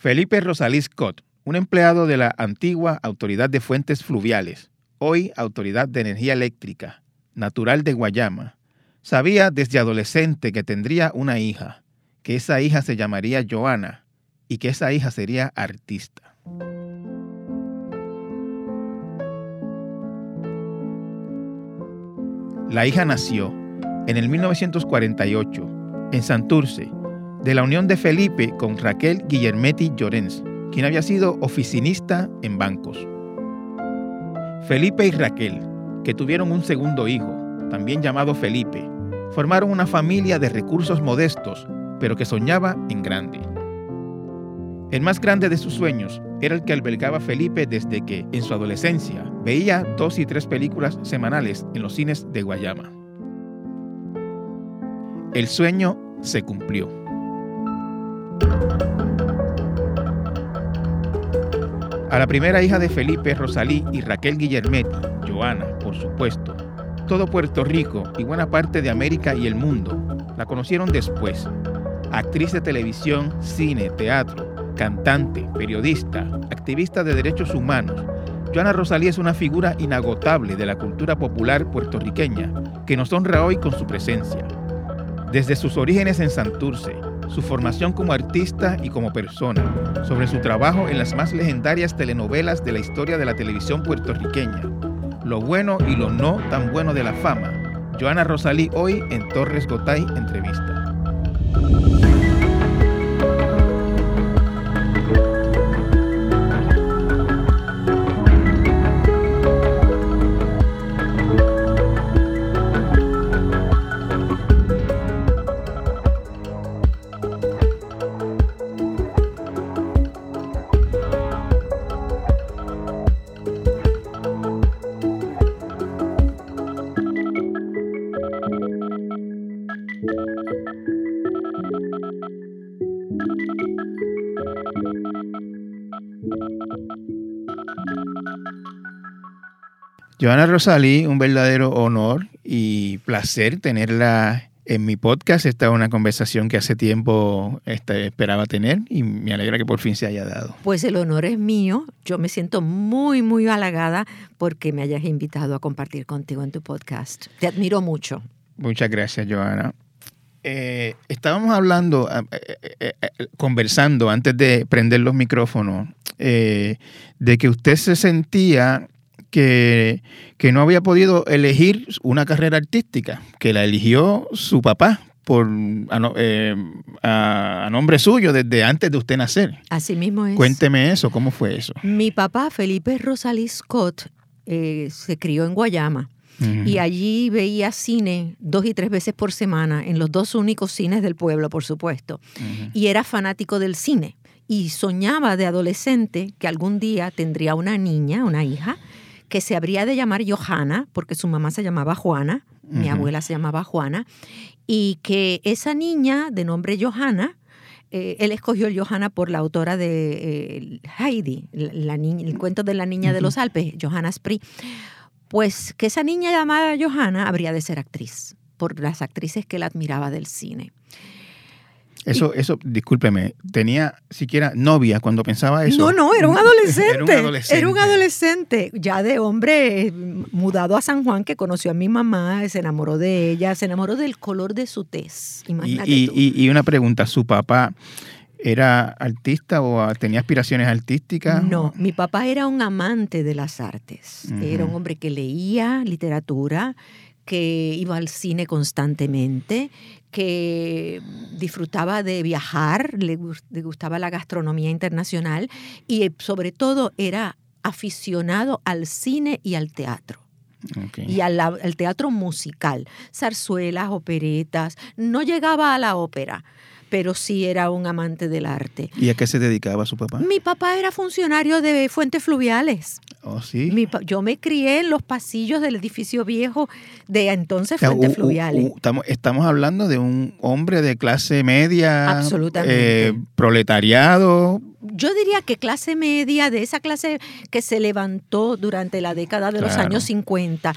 Felipe Rosalí Scott, un empleado de la antigua Autoridad de Fuentes Fluviales, hoy Autoridad de Energía Eléctrica, natural de Guayama, sabía desde adolescente que tendría una hija, que esa hija se llamaría Joana y que esa hija sería artista. La hija nació en el 1948 en Santurce, de la unión de Felipe con Raquel Guillermetti Llorens, quien había sido oficinista en bancos. Felipe y Raquel, que tuvieron un segundo hijo, también llamado Felipe, formaron una familia de recursos modestos, pero que soñaba en grande. El más grande de sus sueños era el que albergaba Felipe desde que, en su adolescencia, veía 2 y 3 películas semanales en los cines de Guayama. El sueño se cumplió. A la primera hija de Felipe, Rosalí y Raquel Guillermetti, Joana, por supuesto, todo Puerto Rico y buena parte de América y el mundo la conocieron después. Actriz de televisión, cine, teatro, cantante, periodista, activista de derechos humanos, Joana Rosalí es una figura inagotable de la cultura popular puertorriqueña que nos honra hoy con su presencia. Desde sus orígenes en Santurce, su formación como artista y como persona, sobre su trabajo en las más legendarias telenovelas de la historia de la televisión puertorriqueña, lo bueno y lo no tan bueno de la fama, Joana Rosalí hoy en Torres Gotay Entrevista. Joana Rosalí, un verdadero honor y placer tenerla en mi podcast. Esta es una conversación que hace tiempo esperaba tener y me alegra que por fin se haya dado. Pues el honor es mío. Yo me siento muy, muy halagada porque me hayas invitado a compartir contigo en tu podcast. Te admiro mucho. Muchas gracias, Joana. Estábamos hablando, conversando antes de prender los micrófonos, de que usted se sentía que no había podido elegir una carrera artística, que la eligió su papá a nombre suyo desde antes de usted nacer. Así mismo es. Cuénteme eso, ¿cómo fue eso? Mi papá, Felipe Rosalí Scott, se crió en Guayama. Uh-huh. Y allí veía cine 2 y 3 veces por semana, en los 2 únicos cines del pueblo, por supuesto. Uh-huh. Y era fanático del cine. Y soñaba de adolescente que algún día tendría una niña, una hija, que se habría de llamar Johanna, porque su mamá se llamaba Juana, mi abuela se llamaba Juana, y que esa niña de nombre Johanna, él escogió Johanna por la autora de Heidi, el cuento de la niña de los Alpes, Johanna Spree, pues que esa niña llamada Johanna habría de ser actriz, por las actrices que él admiraba del cine. Eso, discúlpeme, ¿tenía siquiera novia cuando pensaba eso? No, era un adolescente. Era un adolescente, ya de hombre mudado a San Juan, que conoció a mi mamá, se enamoró de ella, se enamoró del color de su tez. Imagínate tú. Y una pregunta, ¿su papá era artista o tenía aspiraciones artísticas? No, mi papá era un amante de las artes. Uh-huh. Era un hombre que leía literatura, que iba al cine constantemente, que disfrutaba de viajar, le gustaba la gastronomía internacional y sobre todo era aficionado al cine y al teatro. Okay. Y al teatro musical, zarzuelas, operetas. No llegaba a la ópera, pero sí era un amante del arte. ¿Y a qué se dedicaba su papá? Mi papá era funcionario de Fuentes Fluviales. ¿Oh, sí? Yo me crié en los pasillos del edificio viejo de entonces Fuentes Fluviales. Estamos hablando de un hombre de clase media. Absolutamente. Proletariado. Yo diría que clase media, de esa clase que se levantó durante la década de los años 50.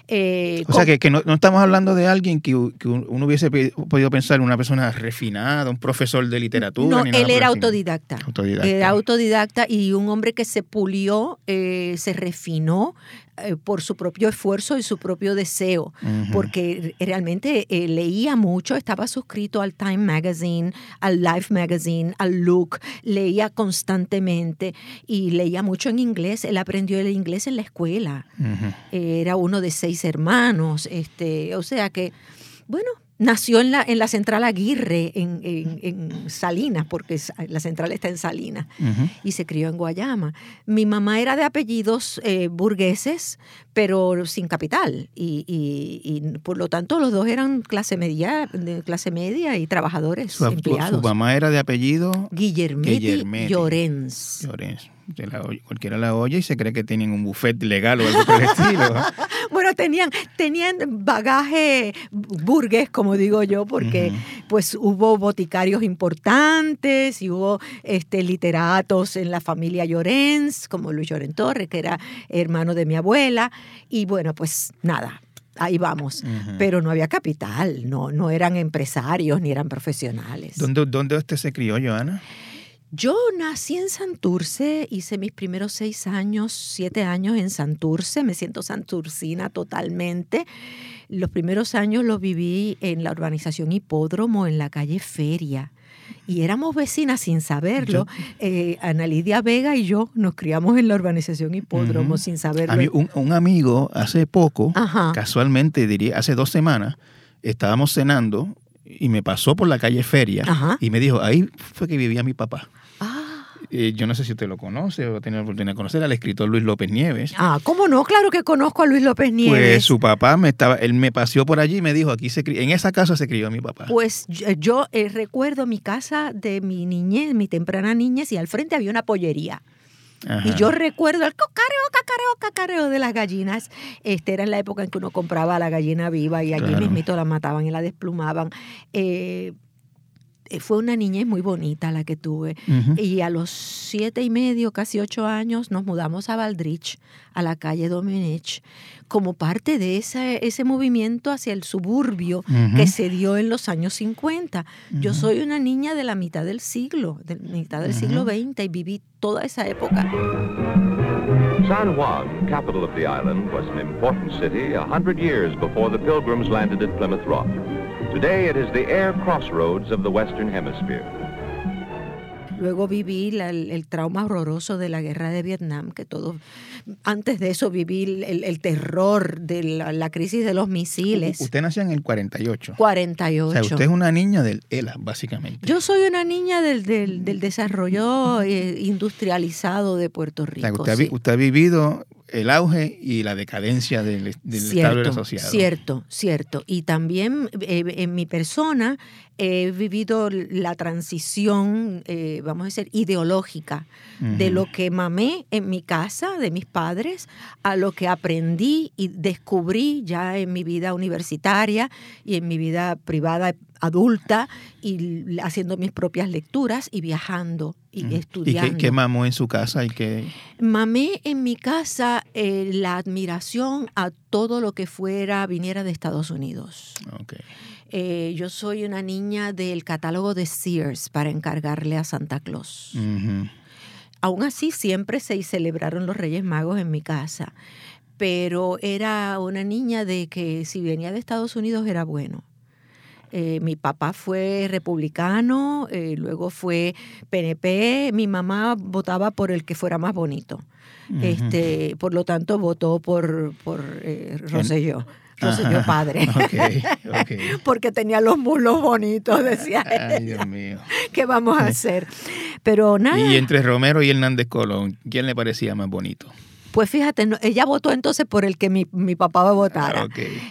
O sea, que no estamos hablando de alguien que uno hubiese podido pensar una persona refinada, un profesor de literatura. No, ni nada él era por el autodidacta. Era autodidacta y un hombre que se pulió, se refinó por su propio esfuerzo y su propio deseo, porque realmente leía mucho, estaba suscrito al Time Magazine, al Life Magazine, al Look, leía constantemente y leía mucho en inglés. Él aprendió el inglés en la escuela. Era uno de 6 hermanos, o sea que, bueno, nació en la Central Aguirre, en Salinas, porque la central está en Salinas, y se crió en Guayama. Mi mamá era de apellidos burgueses, pero sin capital, y por lo tanto los dos eran clase media y trabajadores empleados. Su mamá era de apellido Guillermetti Llorens. Cualquiera la oye y se cree que tienen un buffet legal o algo por el estilo. Bueno, tenían bagaje burgués, como digo yo, porque pues hubo boticarios importantes y hubo literatos en la familia Llorens, como Luis Llorens Torres, que era hermano de mi abuela, y bueno, pues nada. Ahí vamos, pero no había capital, no eran empresarios ni eran profesionales. ¿Dónde usted se crió, Joana? Yo nací en Santurce, hice mis primeros 7 años en Santurce, me siento santurcina totalmente. Los primeros años los viví en la urbanización Hipódromo, en la calle Feria. Y éramos vecinas sin saberlo. Ana Lidia Vega y yo nos criamos en la urbanización Hipódromo sin saberlo. Un amigo hace poco, casualmente diría, hace 2 semanas, estábamos cenando y me pasó por la calle Feria y me dijo, ahí fue que vivía mi papá. Yo no sé si usted lo conoce o tiene la oportunidad de conocer al escritor Luis López Nieves. ¿Cómo no? Claro que conozco a Luis López Nieves. Pues su papá él me paseó por allí y me dijo, en esa casa se crió mi papá. Pues yo recuerdo mi casa de mi niñez, mi temprana niñez, y al frente había una pollería. Y yo recuerdo el cacareo de las gallinas. Era en la época en que uno compraba la gallina viva y allí mismito la mataban y la desplumaban. Fue una niñez muy bonita la que tuve. Y a los 7 y medio, casi 8 años, nos mudamos a Valdrich, a la calle Domenech, como parte de ese movimiento hacia el suburbio que se dio en los años 50. Yo soy una niña de la mitad del siglo XX, y viví toda esa época. San Juan, capital of the island, was an important city 100 years before the Pilgrims landed at Plymouth Rock. Today it is the air crossroads of the Western Hemisphere. Luego viví el trauma horroroso de la guerra de Vietnam, antes de eso viví el terror de la crisis de los misiles. Usted nació en el 48. 48. O sea, usted es una niña del ELA, básicamente. Yo soy una niña del desarrollo industrializado de Puerto Rico. O sea, usted ha vivido el auge y la decadencia del Estado asociado. Cierto. Y también en mi persona he vivido la transición, vamos a decir, ideológica de lo que mamé en mi casa, de mis padres, a lo que aprendí y descubrí ya en mi vida universitaria y en mi vida privada adulta, y haciendo mis propias lecturas y viajando y estudiando. ¿Y qué mamó en su casa? Mamé en mi casa la admiración a todo lo que viniera de Estados Unidos. Okay. Yo soy una niña del catálogo de Sears para encargarle a Santa Claus. Aún así, siempre se celebraron los Reyes Magos en mi casa, pero era una niña de que si venía de Estados Unidos era bueno. Mi papá fue republicano, luego fue PNP, mi mamá votaba por el que fuera más bonito. Por lo tanto, votó por Rosselló. Rosselló padre. Okay. Porque tenía los muslos bonitos, decía él. Ay, Dios mío. ¿Qué vamos a hacer? Pero nada. Y entre Romero y Hernández Colón, ¿quién le parecía más bonito? Pues fíjate, ella votó entonces por el que mi papá votara.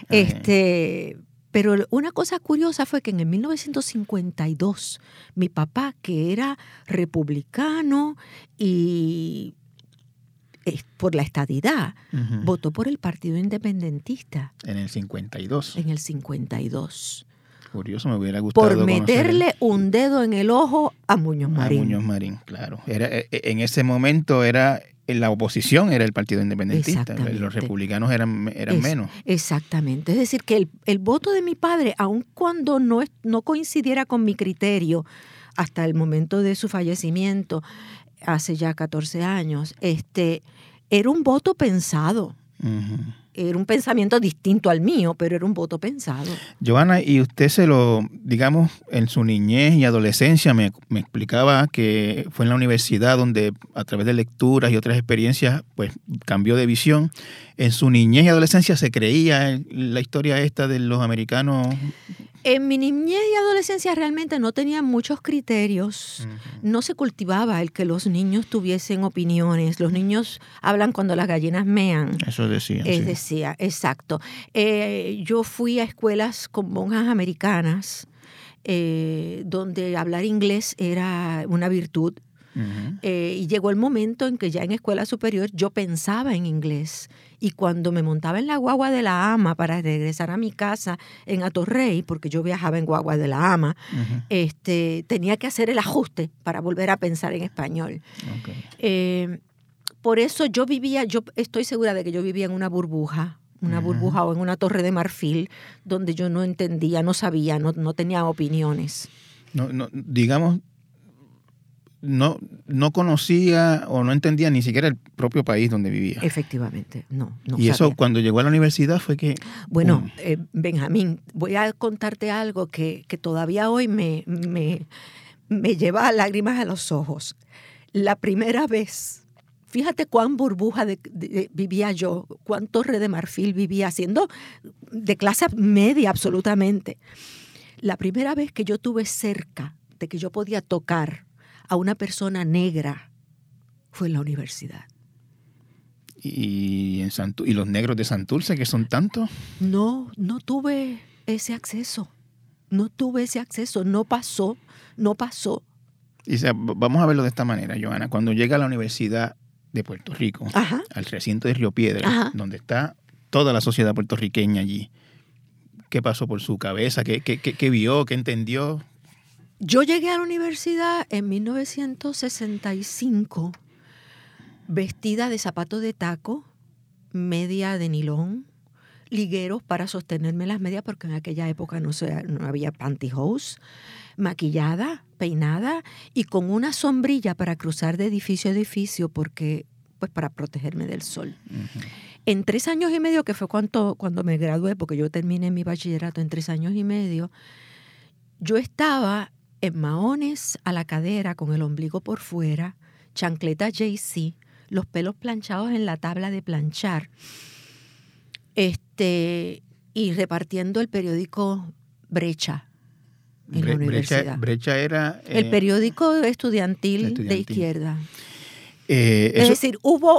Pero una cosa curiosa fue que en el 1952 mi papá, que era republicano y por la estadidad, votó por el Partido Independentista. En el 52. En el 52. Curioso, me hubiera gustado por meterle un dedo en el ojo a Muñoz Marín. A Muñoz Marín, claro. En ese momento era la oposición era el Partido Independentista, los republicanos eran menos. Exactamente. Es decir, que el voto de mi padre, aun cuando no coincidiera con mi criterio hasta el momento de su fallecimiento, hace ya 14 años, era un voto pensado. Uh-huh. Era un pensamiento distinto al mío, pero era un voto pensado. Joana, y usted digamos, en su niñez y adolescencia me explicaba que fue en la universidad donde a través de lecturas y otras experiencias, pues cambió de visión. En su niñez y adolescencia se creía la historia esta de los americanos. En mi niñez y adolescencia realmente no tenía muchos criterios. Uh-huh. No se cultivaba el que los niños tuviesen opiniones. Los niños hablan cuando las gallinas mean. Eso decía. Decía, exacto. Yo fui a escuelas con monjas americanas donde hablar inglés era una virtud. Uh-huh. Y llegó el momento en que ya en escuela superior yo pensaba en inglés. Y cuando me montaba en la guagua de la AMA para regresar a mi casa en Atorrey, porque yo viajaba en guagua de la AMA, uh-huh. Tenía que hacer el ajuste para volver a pensar en español. Okay. Por eso yo estoy segura de que yo vivía en una burbuja uh-huh. o en una torre de marfil donde yo no entendía, no sabía, no tenía opiniones. Digamos, no conocía o no entendía ni siquiera el propio país donde vivía. Efectivamente, no y sabía. Eso cuando llegó a la universidad fue que... Bueno, Benjamín, voy a contarte algo que todavía hoy me lleva lágrimas a los ojos. La primera vez, fíjate cuán burbuja vivía yo, cuán torre de marfil vivía, siendo de clase media absolutamente. La primera vez que yo tuve cerca de que yo podía tocar a una persona negra fue en la universidad. ¿Y los negros de Santurce, que son tantos? No tuve ese acceso. No pasó. Y vamos a verlo de esta manera, Joana. Cuando llega a la Universidad de Puerto Rico, ajá. al recinto de Río Piedras, ajá. donde está toda la sociedad puertorriqueña allí, ¿qué pasó por su cabeza? ¿Qué vio? ¿Qué entendió? Yo llegué a la universidad en 1965 vestida de zapato de taco, media de nilón, ligueros para sostenerme las medias porque en aquella época no había pantyhose, maquillada, peinada y con una sombrilla para cruzar de edificio a edificio porque, pues, para protegerme del sol. Uh-huh. En 3 años y medio, que fue cuando me gradué, porque yo terminé mi bachillerato en 3 años y medio, yo estaba en maones a la cadera con el ombligo por fuera, chancleta JC, los pelos planchados en la tabla de planchar, y repartiendo el periódico Brecha en la universidad. Brecha era... el periódico estudiantil de izquierda. Es decir, hubo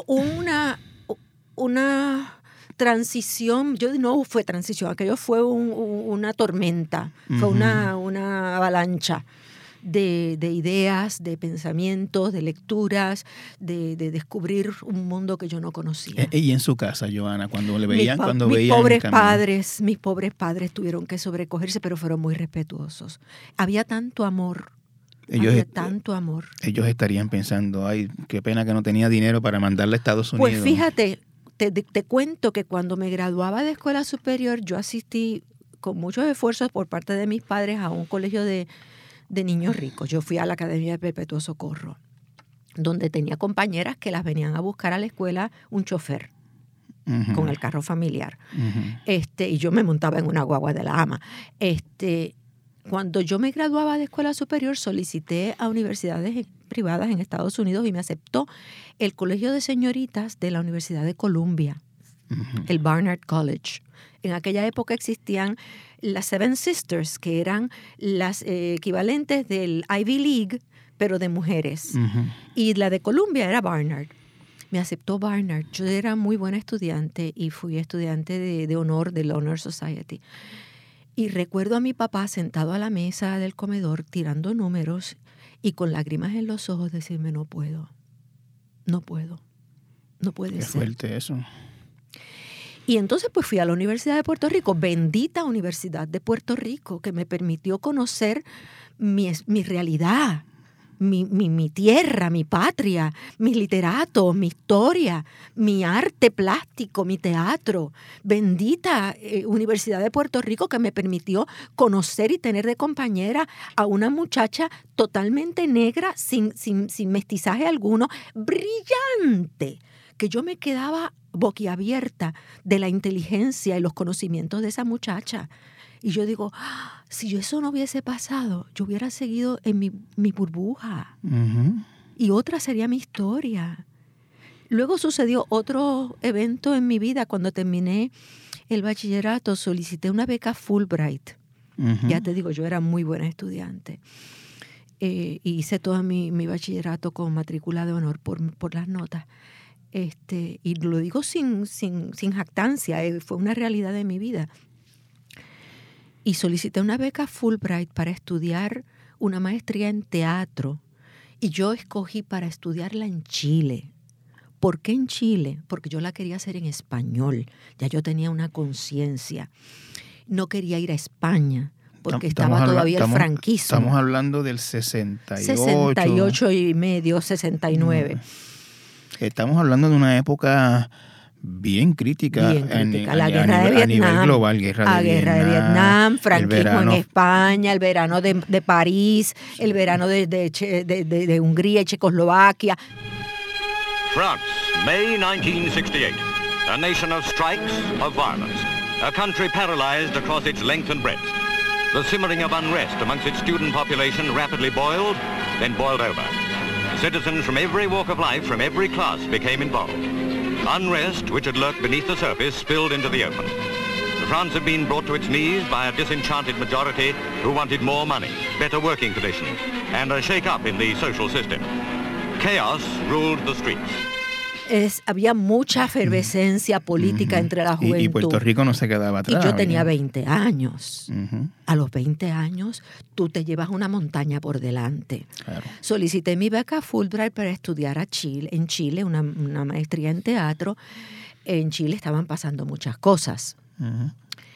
una transición, no fue transición, aquello fue una tormenta, uh-huh. fue una avalancha de ideas, de pensamientos, de lecturas, de descubrir un mundo que yo no conocía. Y en su casa, Joana, cuando le veían, mis pobres padres tuvieron que sobrecogerse, pero fueron muy respetuosos. Había tanto amor. Tanto amor. Ellos estarían pensando, ay, qué pena que no tenía dinero para mandarle a Estados Unidos. Pues fíjate, te cuento que cuando me graduaba de escuela superior, yo asistí con muchos esfuerzos por parte de mis padres a un colegio de niños ricos. Yo fui a la Academia de Perpetuo Socorro, donde tenía compañeras que las venían a buscar a la escuela un chofer uh-huh. con el carro familiar. Uh-huh. Y yo me montaba en una guagua de la AMA. Cuando yo me graduaba de escuela superior, solicité a universidades privadas en Estados Unidos y me aceptó el Colegio de Señoritas de la Universidad de Columbia, uh-huh. el Barnard College. En aquella época existían las Seven Sisters, que eran las equivalentes del Ivy League, pero de mujeres. Uh-huh. Y la de Columbia era Barnard. Me aceptó Barnard. Yo era muy buena estudiante y fui estudiante de honor del Honor Society. Y recuerdo a mi papá sentado a la mesa del comedor tirando números y con lágrimas en los ojos decirme, no puede ser. Qué fuerte eso. Y entonces pues fui a la Universidad de Puerto Rico, bendita Universidad de Puerto Rico, que me permitió conocer mi realidad, mi tierra, mi patria, mis literatos, mi historia, mi arte plástico, mi teatro. Bendita Universidad de Puerto Rico, que me permitió conocer y tener de compañera a una muchacha totalmente negra, sin mestizaje alguno, brillante, que yo me quedaba boquiabierta de la inteligencia y los conocimientos de esa muchacha. Y yo digo, si eso no hubiese pasado, yo hubiera seguido en mi burbuja. Uh-huh. Y otra sería mi historia. Luego sucedió otro evento en mi vida. Cuando terminé el bachillerato, solicité una beca Fulbright. Uh-huh. Ya te digo, yo era muy buena estudiante. Y hice todo mi bachillerato con matrícula de honor por las notas. Y lo digo sin jactancia, fue una realidad de mi vida. Y solicité una beca Fulbright para estudiar una maestría en teatro. Y yo escogí para estudiarla en Chile. ¿Por qué en Chile? Porque yo la quería hacer en español. Ya yo tenía una conciencia. No quería ir a España, porque estaba todavía el franquismo. Estamos hablando del 68. 68 y medio, 69. Estamos hablando de una época bien crítica. La guerra de Vietnam. A nivel global, guerra de Vietnam, franquismo en España, el verano de París, el verano de Hungría y Checoslovaquia. France, May 1968. A nation of strikes, of violence. A country paralyzed across its length and breadth. The simmering of unrest amongst its student population rapidly boiled, then boiled over. Citizens from every walk of life, from every class, became involved. Unrest, which had lurked beneath the surface, spilled into the open. France had been brought to its knees by a disenchanted majority who wanted more money, better working conditions, and a shake-up in the social system. Chaos ruled the streets. Había mucha efervescencia política entre la juventud. Y Puerto Rico no se quedaba atrás. Y yo tenía 20 años. Uh-huh. A los 20 años, tú te llevas una montaña por delante. Claro. Solicité mi beca Fulbright para estudiar en Chile, una maestría en teatro. En Chile estaban pasando muchas cosas. Uh-huh.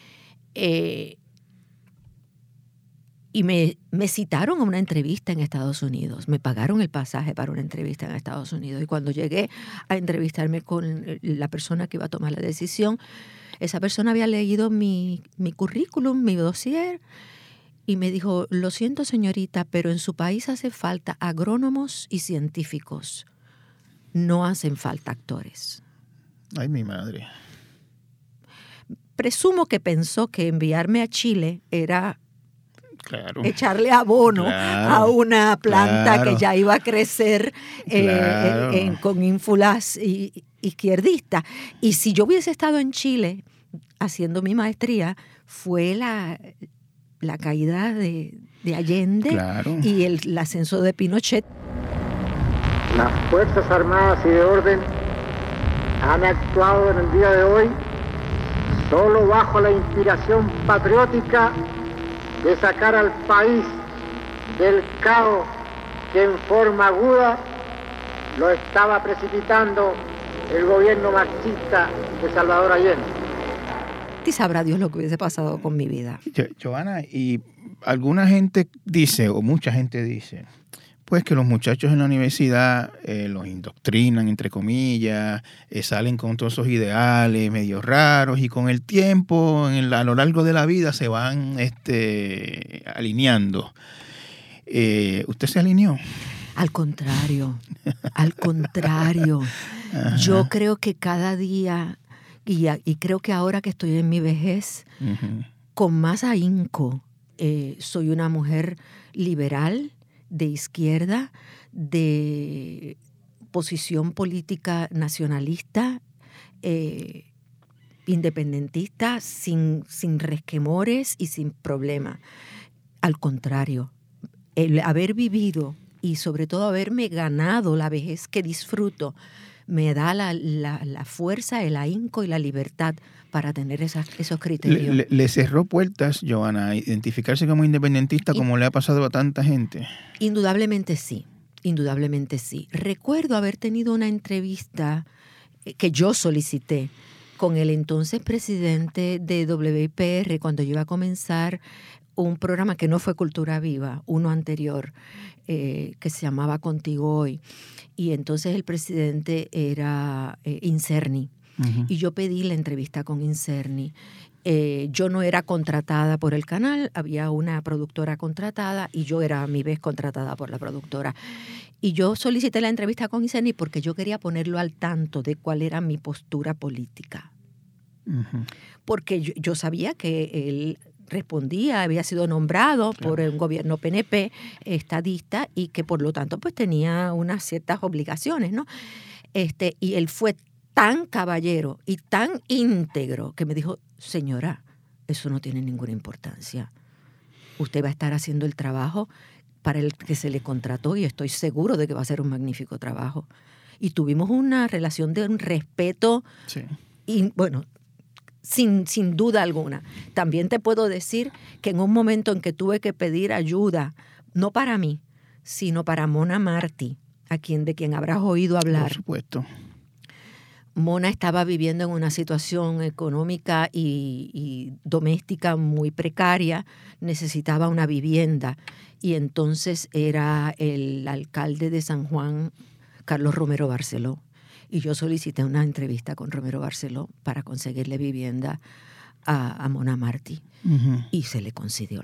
Y me citaron a una entrevista en Estados Unidos. Me pagaron el pasaje para una entrevista en Estados Unidos. Y cuando llegué a entrevistarme con la persona que iba a tomar la decisión, esa persona había leído mi currículum, mi dossier, y me dijo, lo siento señorita, pero en su país hace falta agrónomos y científicos. No hacen falta actores. Ay, mi madre. Presumo que pensó que enviarme a Chile era... Claro. Echarle abono a una planta que ya iba a crecer con ínfulas izquierdistas. Y si yo hubiese estado en Chile haciendo mi maestría, fue la caída de Allende y el ascenso de Pinochet. Las Fuerzas Armadas y de Orden han actuado en el día de hoy solo bajo la inspiración patriótica de sacar al país del caos que en forma aguda lo estaba precipitando el gobierno marxista de Salvador Allende. Y sabrá Dios lo que hubiese pasado con mi vida. Joana, y alguna gente dice, o mucha gente dice, pues que los muchachos en la universidad los indoctrinan, entre comillas, salen con todos esos ideales medio raros y con el tiempo, a lo largo de la vida, se van alineando. ¿Usted se alineó? Al contrario, al contrario. Ajá. Yo creo que cada día, y creo que ahora que estoy en mi vejez, Uh-huh. con más ahínco, soy una mujer liberal, de izquierda, de posición política nacionalista, independentista, sin resquemores y sin problema. Al contrario, el haber vivido y sobre todo haberme ganado la vejez que disfruto, me da la fuerza, el ahínco y la libertad para tener esos criterios. ¿Le cerró puertas, Joana, a identificarse como independentista como le ha pasado a tanta gente? Indudablemente sí, indudablemente sí. Recuerdo haber tenido una entrevista que yo solicité con el entonces presidente de WIPR cuando yo iba a comenzar un programa que no fue Cultura Viva, uno anterior, que se llamaba Contigo Hoy. Y entonces el presidente era Inserni. Uh-huh. Y yo pedí la entrevista con Inserni. Yo no era contratada por el canal, había una productora contratada y yo era a mi vez contratada por la productora. Y yo solicité la entrevista con Inserni porque yo quería ponerlo al tanto de cuál era mi postura política. Uh-huh. Porque yo sabía que él respondía, había sido nombrado por un gobierno PNP estadista y que por lo tanto pues tenía unas ciertas obligaciones, ¿no? Y él fue tan caballero y tan íntegro que me dijo, señora, eso no tiene ninguna importancia. Usted va a estar haciendo el trabajo para el que se le contrató y estoy seguro de que va a ser un magnífico trabajo. Y tuvimos una relación de un respeto y bueno, sin duda alguna. También te puedo decir que en un momento en que tuve que pedir ayuda, no para mí, sino para Mona Martí, de quien habrás oído hablar. Por supuesto. Mona estaba viviendo en una situación económica y doméstica muy precaria, necesitaba una vivienda y entonces era el alcalde de San Juan, Carlos Romero Barceló, y yo solicité una entrevista con Romero Barceló para conseguirle vivienda a Mona Martí. Uh-huh. Y se le concedió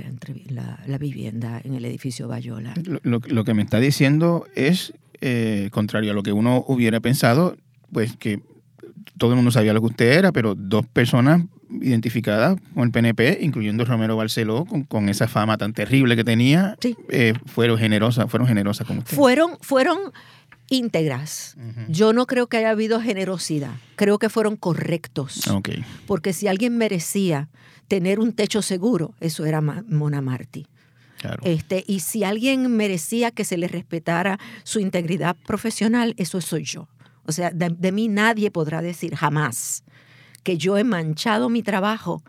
la vivienda en el edificio Bayola. Lo que me está diciendo es contrario a lo que uno hubiera pensado, pues que todo el mundo sabía lo que usted era, pero dos personas identificadas con el PNP, incluyendo Romero Barceló, con esa fama tan terrible que tenía, sí. fueron generosas con usted. Fueron íntegras. Uh-huh. Yo no creo que haya habido generosidad. Creo que fueron correctos. Okay. Porque si alguien merecía tener un techo seguro, eso era Mona Martí. Claro. Y si alguien merecía que se le respetara su integridad profesional, eso soy yo. O sea, de mí nadie podrá decir jamás que yo he manchado mi trabajo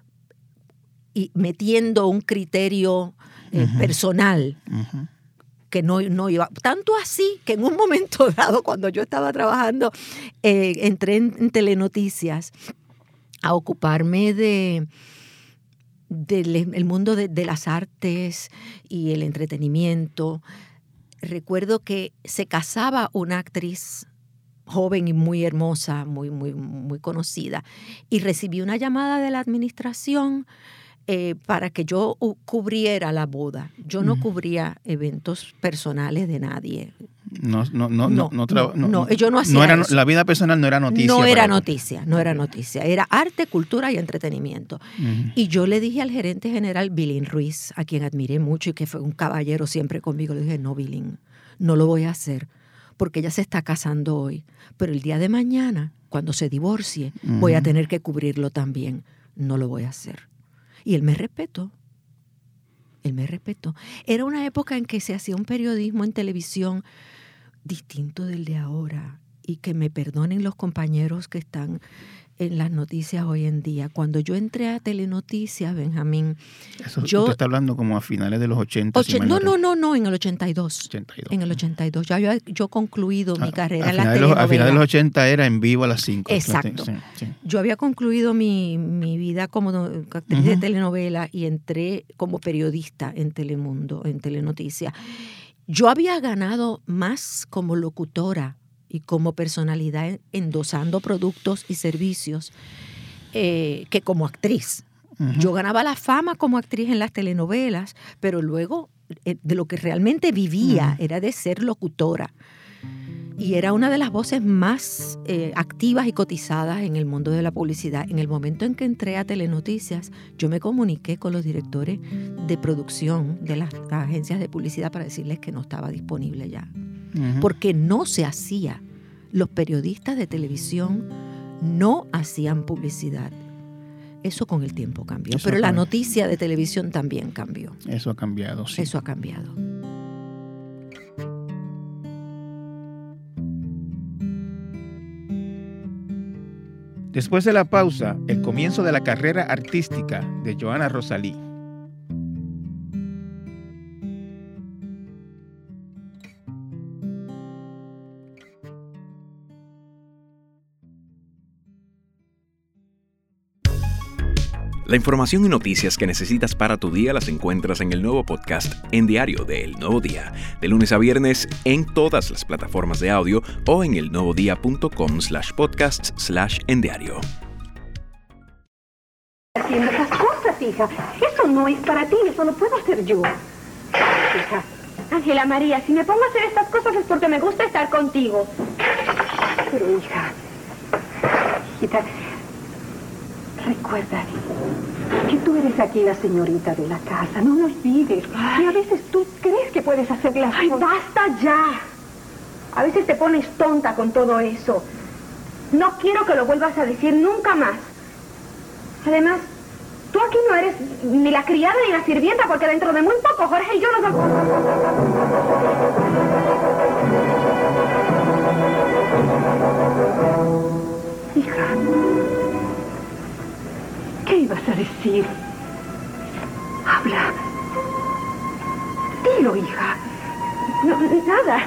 y metiendo un criterio uh-huh. personal uh-huh. que no iba. Tanto así que en un momento dado, cuando yo estaba trabajando, entré en Telenoticias a ocuparme del mundo de las artes y el entretenimiento. Recuerdo que se casaba una actriz joven y muy hermosa, muy, muy, muy conocida, y recibí una llamada de la administración para que yo cubriera la boda. Yo no cubría eventos personales de nadie. No, yo no hacía eso. La vida personal no era noticia. No era noticia. Era arte, cultura y entretenimiento. Uh-huh. Y yo le dije al gerente general, Bilín Ruiz, a quien admiré mucho y que fue un caballero siempre conmigo, le dije, no, Bilín, no lo voy a hacer, porque ella se está casando hoy, pero el día de mañana, cuando se divorcie, uh-huh. voy a tener que cubrirlo también. No lo voy a hacer. Y él me respetó. Era una época en que se hacía un periodismo en televisión distinto del de ahora. Y que me perdonen los compañeros que están en las noticias hoy en día. Cuando yo entré a Telenoticias, Benjamín... Usted está hablando como a finales de los 80. No, en el 82. En el 82. Ya yo concluido mi carrera en las telenovelas. A finales de los 80 era En Vivo a las 5. Exacto. Sí. Yo había concluido mi vida como actriz uh-huh. de telenovela y entré como periodista en Telemundo, en Telenoticias. Yo había ganado más como locutora y como personalidad endosando productos y servicios que como actriz. Uh-huh. Yo ganaba la fama como actriz en las telenovelas, pero luego de lo que realmente vivía uh-huh. era de ser locutora. Y era una de las voces más activas y cotizadas en el mundo de la publicidad. En el momento en que entré a Telenoticias, yo me comuniqué con los directores de producción de las agencias de publicidad para decirles que no estaba disponible ya. Uh-huh. Porque no se hacía. Los periodistas de televisión no hacían publicidad. Eso con el tiempo cambió. Pero la noticia de televisión también cambió. Eso ha cambiado, sí. Eso ha cambiado. Después de la pausa, el comienzo de la carrera artística de Johanna Rosalí. La información y noticias que necesitas para tu día las encuentras en el nuevo podcast En Diario de El Nuevo Día, de lunes a viernes en todas las plataformas de audio o en elnuevodía.com/podcasts/endiario. Haciendo esas cosas, hija. Eso no es para ti, eso lo puedo hacer yo. Hija. Ángela María, si me pongo a hacer estas cosas es porque me gusta estar contigo. Pero, hija, recuerda que tú eres aquí la señorita de la casa. No lo olvides. Y a veces tú crees que puedes hacer las cosas. ¡Basta ya! A veces te pones tonta con todo eso. No quiero que lo vuelvas a decir nunca más. Además, tú aquí no eres ni la criada ni la sirvienta, porque dentro de muy poco Jorge y yo nos vamos... Hija, ¿qué ibas a decir? Habla. Dilo, hija. No, nada.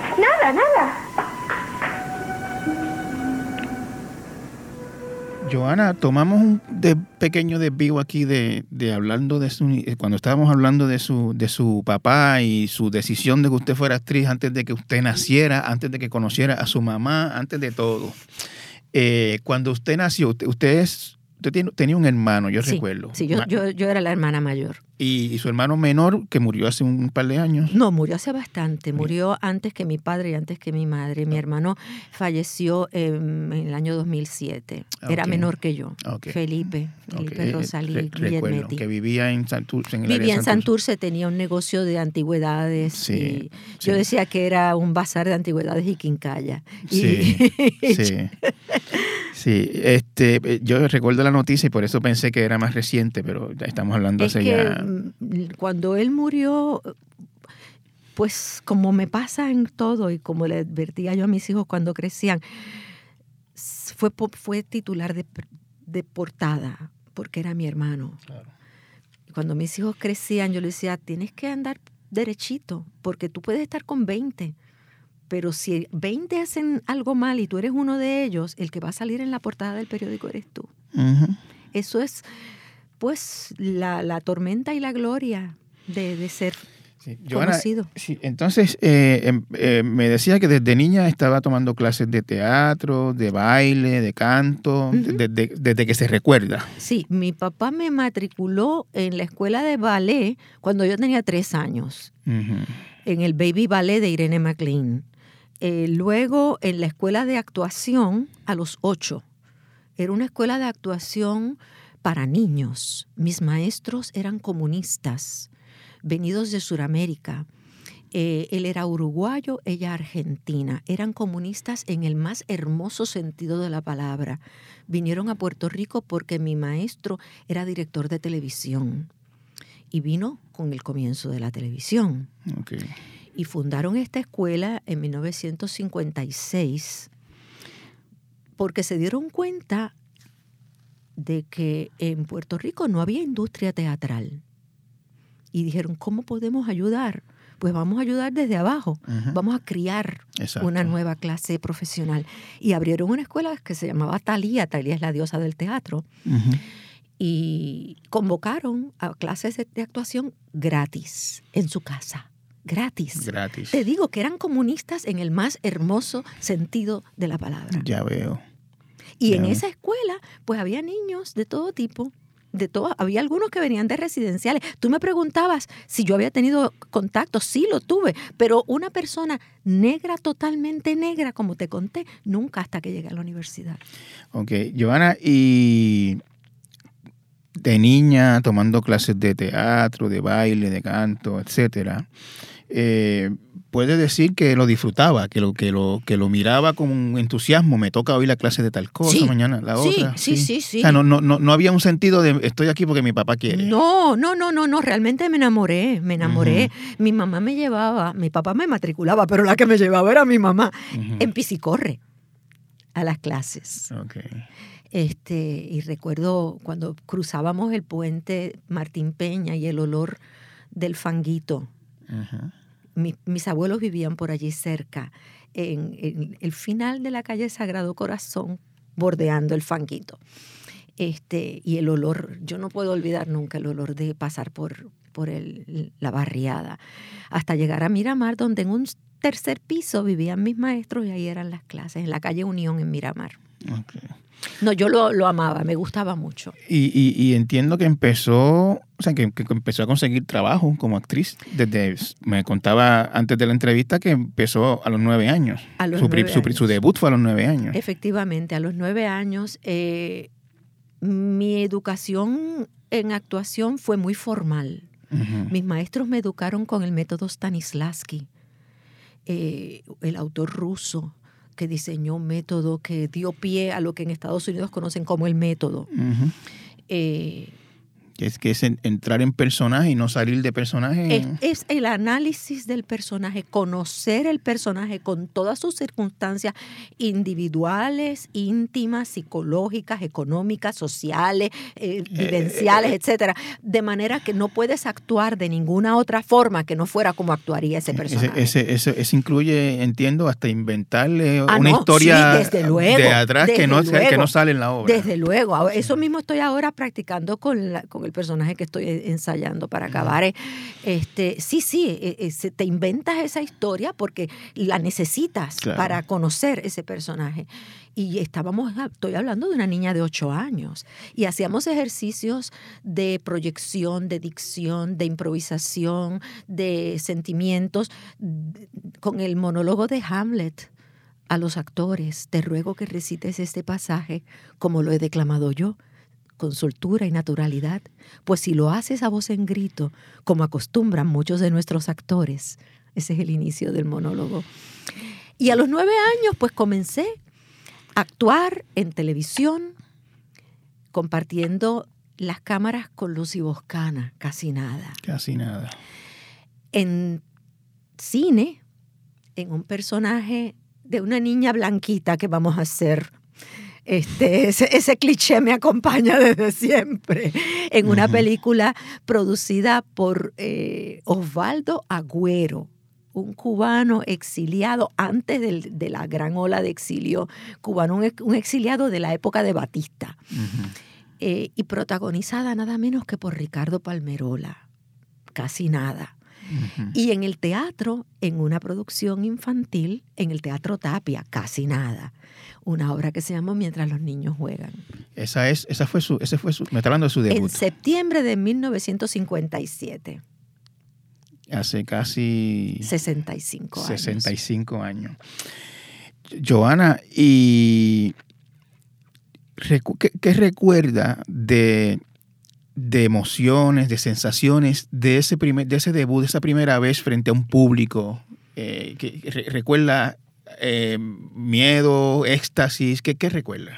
Joana, tomamos un pequeño desvío aquí de hablando de cuando estábamos hablando de su papá y su decisión de que usted fuera actriz antes de que usted naciera, antes de que conociera a su mamá, antes de todo. Cuando usted nació, usted tenía un hermano, yo recuerdo. Sí, yo era la hermana mayor. ¿Y su hermano menor, que murió hace un par de años? No, murió hace bastante. Murió antes que mi padre y antes que mi madre. Mi hermano falleció en el año 2007. Era menor que yo. Felipe Rosalí Guillermetti. Que vivía en Santurce. Vivía en Santurce, tenía un negocio de antigüedades. Sí, yo decía que era un bazar de antigüedades y quincalla. Sí. Yo recuerdo la noticia y por eso pensé que era más reciente, pero ya estamos hablando hace ya... Cuando él murió, pues como me pasa en todo y como le advertía yo a mis hijos cuando crecían, fue titular de portada porque era mi hermano. Claro. Cuando mis hijos crecían, yo les decía, tienes que andar derechito porque tú puedes estar con 20, pero si 20 hacen algo mal y tú eres uno de ellos, el que va a salir en la portada del periódico eres tú. Uh-huh. Eso es... pues la tormenta y la gloria de ser conocido. Joana, sí, entonces, me decía que desde niña estaba tomando clases de teatro, de baile, de canto, uh-huh. desde que se recuerda. Sí, mi papá me matriculó en la escuela de ballet cuando yo tenía 3 años, uh-huh. en el Baby Ballet de Irene McLean. Luego en la escuela de actuación a los 8. Era una escuela de actuación para niños. Mis maestros eran comunistas, venidos de Sudamérica. Él era uruguayo, ella argentina. Eran comunistas en el más hermoso sentido de la palabra. Vinieron a Puerto Rico porque mi maestro era director de televisión y vino con el comienzo de la televisión. Okay. Y fundaron esta escuela en 1956 porque se dieron cuenta de que en Puerto Rico no había industria teatral. Y dijeron, ¿cómo podemos ayudar? Pues vamos a ayudar desde abajo. Uh-huh. Vamos a criar una nueva clase profesional. Y abrieron una escuela que se llamaba Talía. Talía es la diosa del teatro. Uh-huh. Y convocaron a clases de actuación gratis en su casa. Gratis. Te digo que eran comunistas en el más hermoso sentido de la palabra. Ya veo. Y en esa escuela, pues había niños de todo tipo, había algunos que venían de residenciales. Tú me preguntabas si yo había tenido contacto. Sí, lo tuve, pero una persona negra, totalmente negra, como te conté, nunca hasta que llegué a la universidad. Ok, Joana, y de niña tomando clases de teatro, de baile, de canto, etcétera, puede decir que lo disfrutaba, que lo miraba con un entusiasmo. Me toca hoy la clase de tal cosa, sí, mañana la otra. Sí. O sea, no había un sentido de estoy aquí porque mi papá quiere. No, realmente me enamoré. Uh-huh. Mi mamá me llevaba, mi papá me matriculaba, pero la que me llevaba era mi mamá, uh-huh. en Pisicorre, a las clases. Okay. Y recuerdo cuando cruzábamos el puente Martín Peña y el olor del fanguito. Uh-huh. Mis abuelos vivían por allí cerca, en el final de la calle Sagrado Corazón, bordeando el fanguito. Y el olor, yo no puedo olvidar nunca el olor de pasar por la barriada, hasta llegar a Miramar, donde en un tercer piso vivían mis maestros y ahí eran las clases, en la calle Unión en Miramar. Okay. No, yo lo amaba, me gustaba mucho. Y entiendo que empezó, que empezó a conseguir trabajo como actriz. Me contaba antes de la entrevista que empezó a los 9 años. A los 9 años. Su debut fue a los 9 años. Efectivamente, a los 9 años. Mi educación en actuación fue muy formal. Uh-huh. Mis maestros me educaron con el método Stanislavski, el autor ruso que diseñó un método que dio pie a lo que en Estados Unidos conocen como el método. Uh-huh. Que es entrar en personaje y no salir de personaje. Es el análisis del personaje, conocer el personaje con todas sus circunstancias individuales, íntimas, psicológicas, económicas, sociales, vivenciales, etcétera, de manera que no puedes actuar de ninguna otra forma que no fuera como actuaría ese personaje. Ese incluye, entiendo, hasta inventarle una historia, sí, desde luego, de atrás que no sale en la obra. Desde luego. Eso mismo estoy ahora practicando con el personaje que estoy ensayando para acabar. Te inventas esa historia porque la necesitas, claro, para conocer ese personaje. Y estoy hablando de una niña de 8 años y hacíamos ejercicios de proyección, de dicción, de improvisación, de sentimientos, con el monólogo de Hamlet. A los actores, te ruego que recites este pasaje como lo he declamado yo, con soltura y naturalidad, pues si lo haces a voz en grito, como acostumbran muchos de nuestros actores, ese es el inicio del monólogo. Y a los 9 años, pues comencé a actuar en televisión, compartiendo las cámaras con Lucy Boscana, casi nada. Casi nada. En cine, en un personaje de una niña blanquita que vamos a hacer. Ese cliché me acompaña desde siempre. En una película producida por Osvaldo Agüero, un cubano exiliado antes de la gran ola de exilio cubano, un exiliado de la época de Batista. Uh-huh. Y protagonizada nada menos que por Ricardo Palmerola, casi nada. Uh-huh. Y en el teatro, en una producción infantil, en el Teatro Tapia, casi nada. Una obra que se llama Mientras los niños juegan. Ese fue su, me está hablando de su debut. En septiembre de 1957. Hace casi 65 años. 65 años. Joana, ¿y qué recuerda de emociones, de sensaciones de ese debut, de esa primera vez frente a un público? ¿Recuerda miedo, éxtasis? ¿Qué recuerda?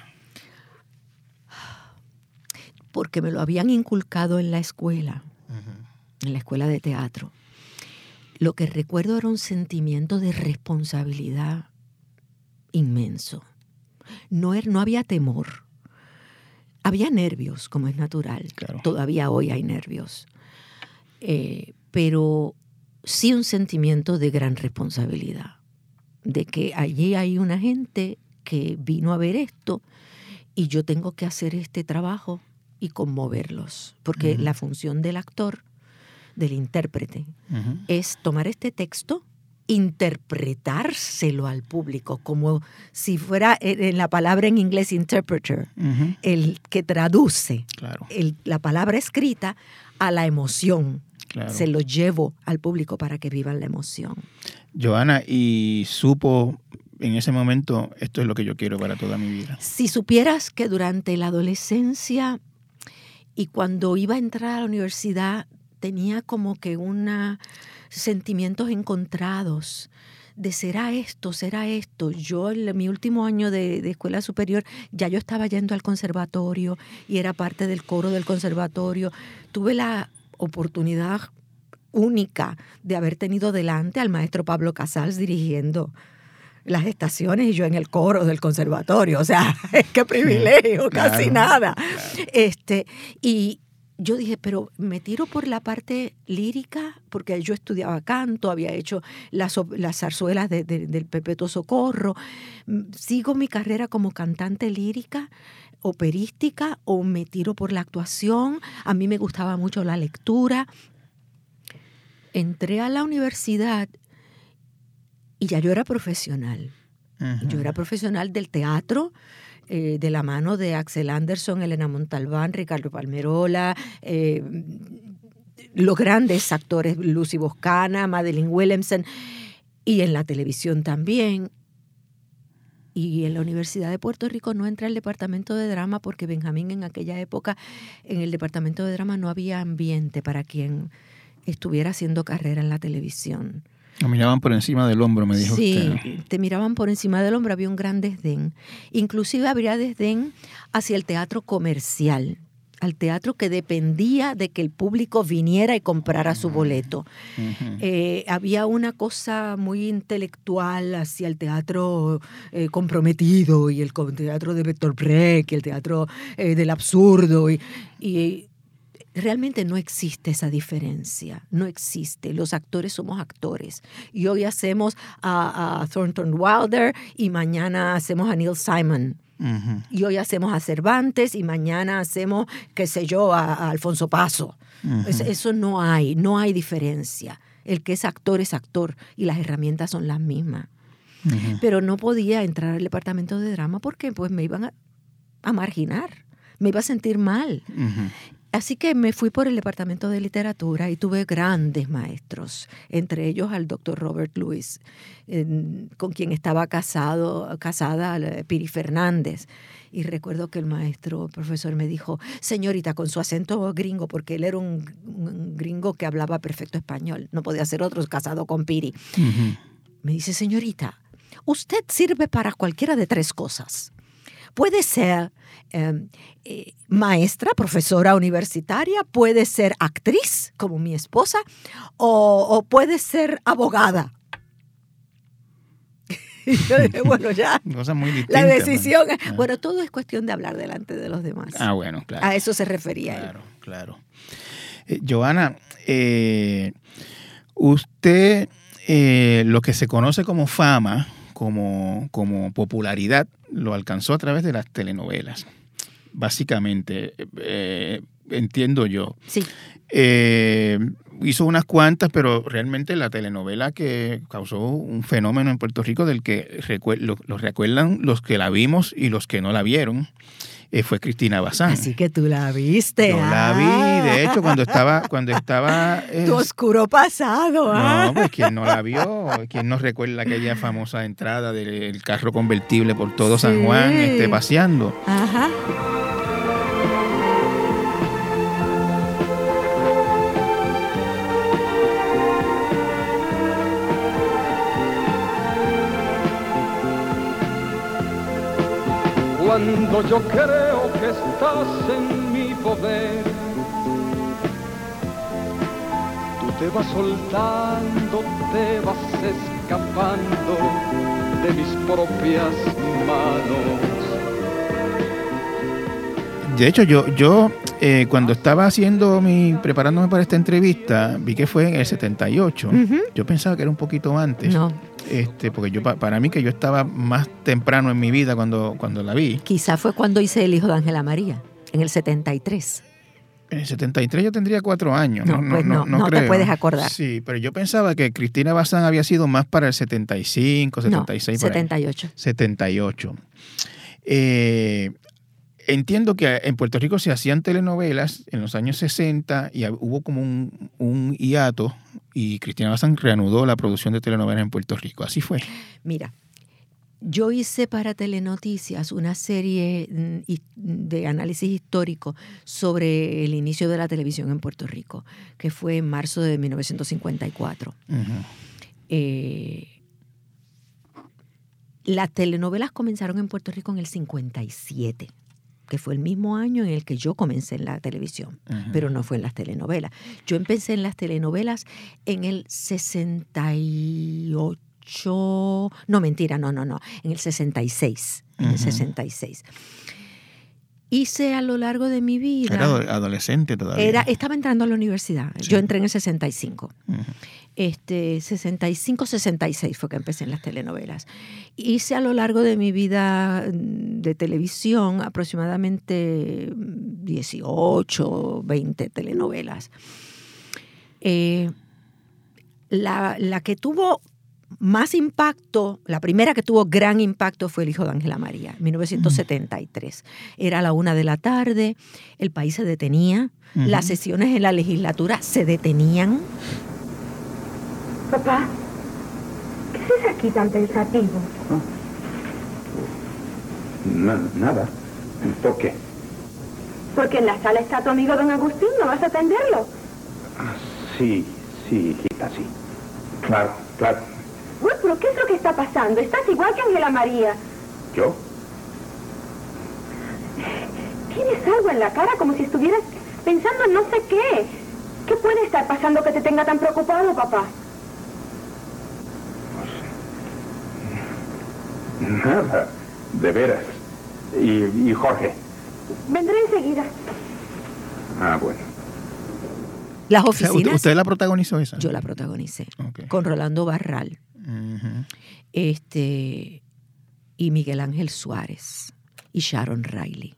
Porque me lo habían inculcado en la escuela, uh-huh, en la escuela de teatro. Lo que recuerdo era un sentimiento de responsabilidad inmenso. No había temor. Había nervios, como es natural. Claro. Todavía hoy hay nervios. Pero sí un sentimiento de gran responsabilidad. De que allí hay una gente que vino a ver esto y yo tengo que hacer este trabajo y conmoverlos. Porque uh-huh, la función del actor, del intérprete, uh-huh, es tomar este texto, interpretárselo al público, como si fuera en la palabra en inglés interpreter, uh-huh, el que traduce, claro, la palabra escrita a la emoción. Claro. Se lo llevo al público para que vivan la emoción. Joana, ¿y supo en ese momento esto es lo que yo quiero para toda mi vida? Si supieras que durante la adolescencia y cuando iba a entrar a la universidad tenía como que sentimientos encontrados de será esto. Yo en mi último año de escuela superior ya yo estaba yendo al conservatorio y era parte del coro del conservatorio. Tuve la oportunidad única de haber tenido delante al maestro Pablo Casals dirigiendo las estaciones y yo en el coro del conservatorio. O sea, qué privilegio, claro, casi nada. Claro. yo dije, pero me tiro por la parte lírica, porque yo estudiaba canto, había hecho las zarzuelas del Perpetuo Socorro. ¿Sigo mi carrera como cantante lírica, operística, o me tiro por la actuación? A mí me gustaba mucho la lectura. Entré a la universidad y ya yo era profesional. Uh-huh. Yo era profesional del teatro, de la mano de Axel Anderson, Elena Montalbán, Ricardo Palmerola, los grandes actores, Lucy Boscana, Madeline Williamson, y en la televisión también. Y en la Universidad de Puerto Rico no entré al departamento de drama porque Benjamín, en aquella época, en el departamento de drama no había ambiente para quien estuviera haciendo carrera en la televisión. Lo miraban por encima del hombro, me dijo usted. Sí, te miraban por encima del hombro, había un gran desdén. Inclusive habría desdén hacia el teatro comercial, al teatro que dependía de que el público viniera y comprara su boleto. Uh-huh. Había una cosa muy intelectual hacia el teatro comprometido, y el teatro de Bertolt Brecht, y el teatro del absurdo, y realmente no existe esa diferencia, no existe. Los actores somos actores. Y hoy hacemos a Thornton Wilder y mañana hacemos a Neil Simon. Uh-huh. Y hoy hacemos a Cervantes y mañana hacemos, qué sé yo, a Alfonso Paso. Uh-huh. Eso no hay diferencia. El que es actor y las herramientas son las mismas. Uh-huh. Pero no podía entrar al departamento de drama porque pues me iban a marginar, me iba a sentir mal. Uh-huh. Así que me fui por el departamento de literatura y tuve grandes maestros, entre ellos al doctor Robert Louis, con quien estaba casada Piri Fernández. Y recuerdo que el profesor me dijo, señorita, con su acento gringo, porque él era un gringo que hablaba perfecto español, no podía ser otro, casado con Piri. Uh-huh. Me dice, señorita, usted sirve para cualquiera de tres cosas. Puede ser maestra, profesora universitaria, puede ser actriz, como mi esposa, o puede ser abogada. Y yo dije, bueno, ya. Cosa muy distinta, la decisión. Bueno, todo es cuestión de hablar delante de los demás. Bueno, claro. A eso se refería él. Claro. Joana, usted, lo que se conoce como fama, como popularidad, lo alcanzó a través de las telenovelas, básicamente, entiendo yo. Sí. Hizo unas cuantas, pero realmente la telenovela que causó un fenómeno en Puerto Rico del que lo recuerdan los que la vimos y los que no la vieron, fue Cristina Bazán. Así que tú la viste. Yo la vi, de hecho, cuando estaba tu oscuro pasado. No, pues ¿quién no la vio? ¿Quién no recuerda aquella famosa entrada del carro convertible por todo San Juan paseando? Ajá. Cuando yo creo que estás en mi poder, tú te vas soltando, te vas escapando de mis propias manos. De hecho, yo cuando estaba preparándome para esta entrevista, vi que fue en el 78. Uh-huh. Yo pensaba que era un poquito antes. No. Porque para mí que yo estaba más temprano en mi vida cuando la vi. Quizá fue cuando hice El hijo de Ángela María, en el 73. En el 73 yo tendría 4 años. No creo. Te puedes acordar. Sí, pero yo pensaba que Cristina Bazán había sido más para el 75, 76. No, 78. 78. Entiendo que en Puerto Rico se hacían telenovelas en los años 60 y hubo como un hiato y Cristina Bazán reanudó la producción de telenovelas en Puerto Rico. Así fue. Mira, yo hice para Telenoticias una serie de análisis histórico sobre el inicio de la televisión en Puerto Rico, que fue en marzo de 1954. Uh-huh. Las telenovelas comenzaron en Puerto Rico en el 57. Que fue el mismo año en el que yo comencé en la televisión, uh-huh. pero no fue en las telenovelas. Yo empecé en las telenovelas en el 68, no, mentira, no, en el 66, uh-huh. en el 66. hice a lo largo de mi vida... Era adolescente todavía. Estaba entrando a la universidad. Sí. Yo entré en el 65. 65, 66 fue que empecé en las telenovelas. Hice a lo largo de mi vida de televisión aproximadamente 18, 20 telenovelas. La que tuvo más impacto, la primera que tuvo gran impacto fue El hijo de Ángela María, en 1973. Era la 1 de la tarde, el país se detenía, las sesiones en la legislatura se detenían. Papá, ¿qué haces aquí tan pensativo? Nada. ¿Por qué? Porque en la sala está tu amigo don Agustín, ¿no vas a atenderlo? Sí, hijita, sí. Claro. Uy, pero ¿qué es lo que está pasando? Estás igual que Ángela María. ¿Yo? Tienes algo en la cara como si estuvieras pensando en no sé qué. ¿Qué puede estar pasando que te tenga tan preocupado, papá? Nada, de veras. ¿Y Jorge? Vendré enseguida. Bueno. Las oficinas... ¿Usted la protagonizó esa? Yo la protagonicé, con Rolando Barral. Y Miguel Ángel Suárez y Sharon Riley.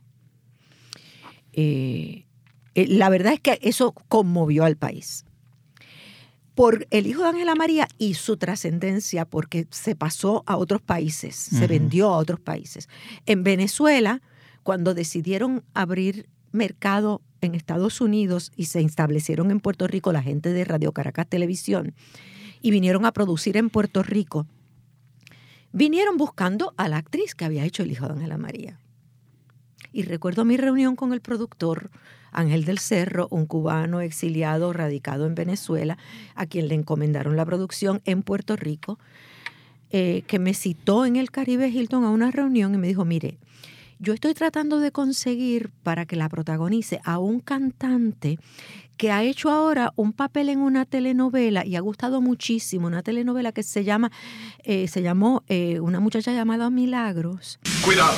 La verdad es que eso conmovió al país. Por El hijo de Ángela María y su trascendencia, porque se pasó a otros países, se vendió a otros países. En Venezuela, cuando decidieron abrir mercado en Estados Unidos y se establecieron en Puerto Rico la gente de Radio Caracas Televisión y vinieron a producir en Puerto Rico, vinieron buscando a la actriz que había hecho El hijo de Ángela María. Y recuerdo mi reunión con el productor Ángel del Cerro, un cubano exiliado radicado en Venezuela, a quien le encomendaron la producción en Puerto Rico, que me citó en el Caribe Hilton a una reunión y me dijo, mire, yo estoy tratando de conseguir para que la protagonice a un cantante que ha hecho ahora un papel en una telenovela y ha gustado muchísimo, una telenovela que se llamó Una muchacha llamada Milagros. ¡Cuidado!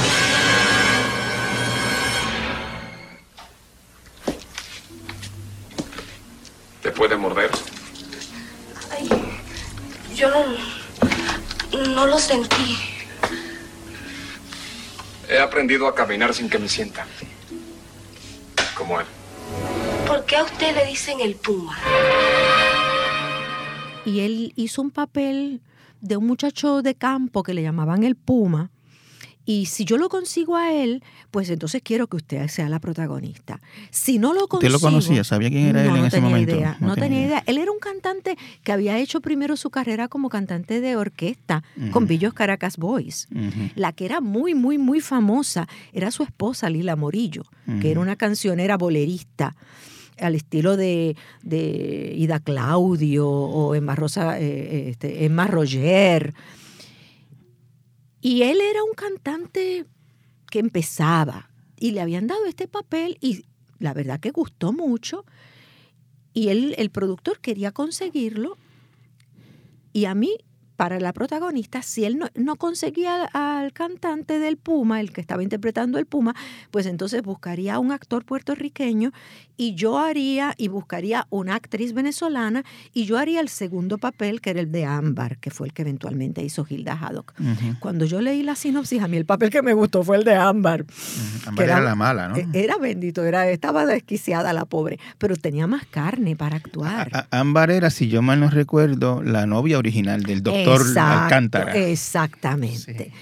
¿Te puede morder? Ay, yo no lo sentí. He aprendido a caminar sin que me sienta. Como él. ¿Por qué a usted le dicen el Puma? Y él hizo un papel de un muchacho de campo que le llamaban el Puma. Y si yo lo consigo a él, pues entonces quiero que usted sea la protagonista. Si no lo consigo... ¿Usted lo conocía? ¿Sabía quién era él en ese momento? No tenía idea. Él era un cantante que había hecho primero su carrera como cantante de orquesta con Billos Caracas Boys. La que era muy, muy, muy famosa era su esposa Lila Morillo, que era una cancionera bolerista al estilo de Ida Claudio o Emma Roger. Y él era un cantante que empezaba y le habían dado este papel y la verdad que gustó mucho y el productor quería conseguirlo y a mí, para la protagonista, si él no conseguía al cantante del Puma, el que estaba interpretando el Puma, pues entonces buscaría a un actor puertorriqueño y yo buscaría una actriz venezolana y yo haría el segundo papel, que era el de Ámbar, que fue el que eventualmente hizo Hilda Haddock. Cuando yo leí la sinopsis, a mí el papel que me gustó fue el de Ámbar. Ámbar era la mala, ¿no? Era bendito, estaba desquiciada la pobre, pero tenía más carne para actuar. Ámbar era, si yo mal no recuerdo, la novia original del doctor Alcántara. Exactamente.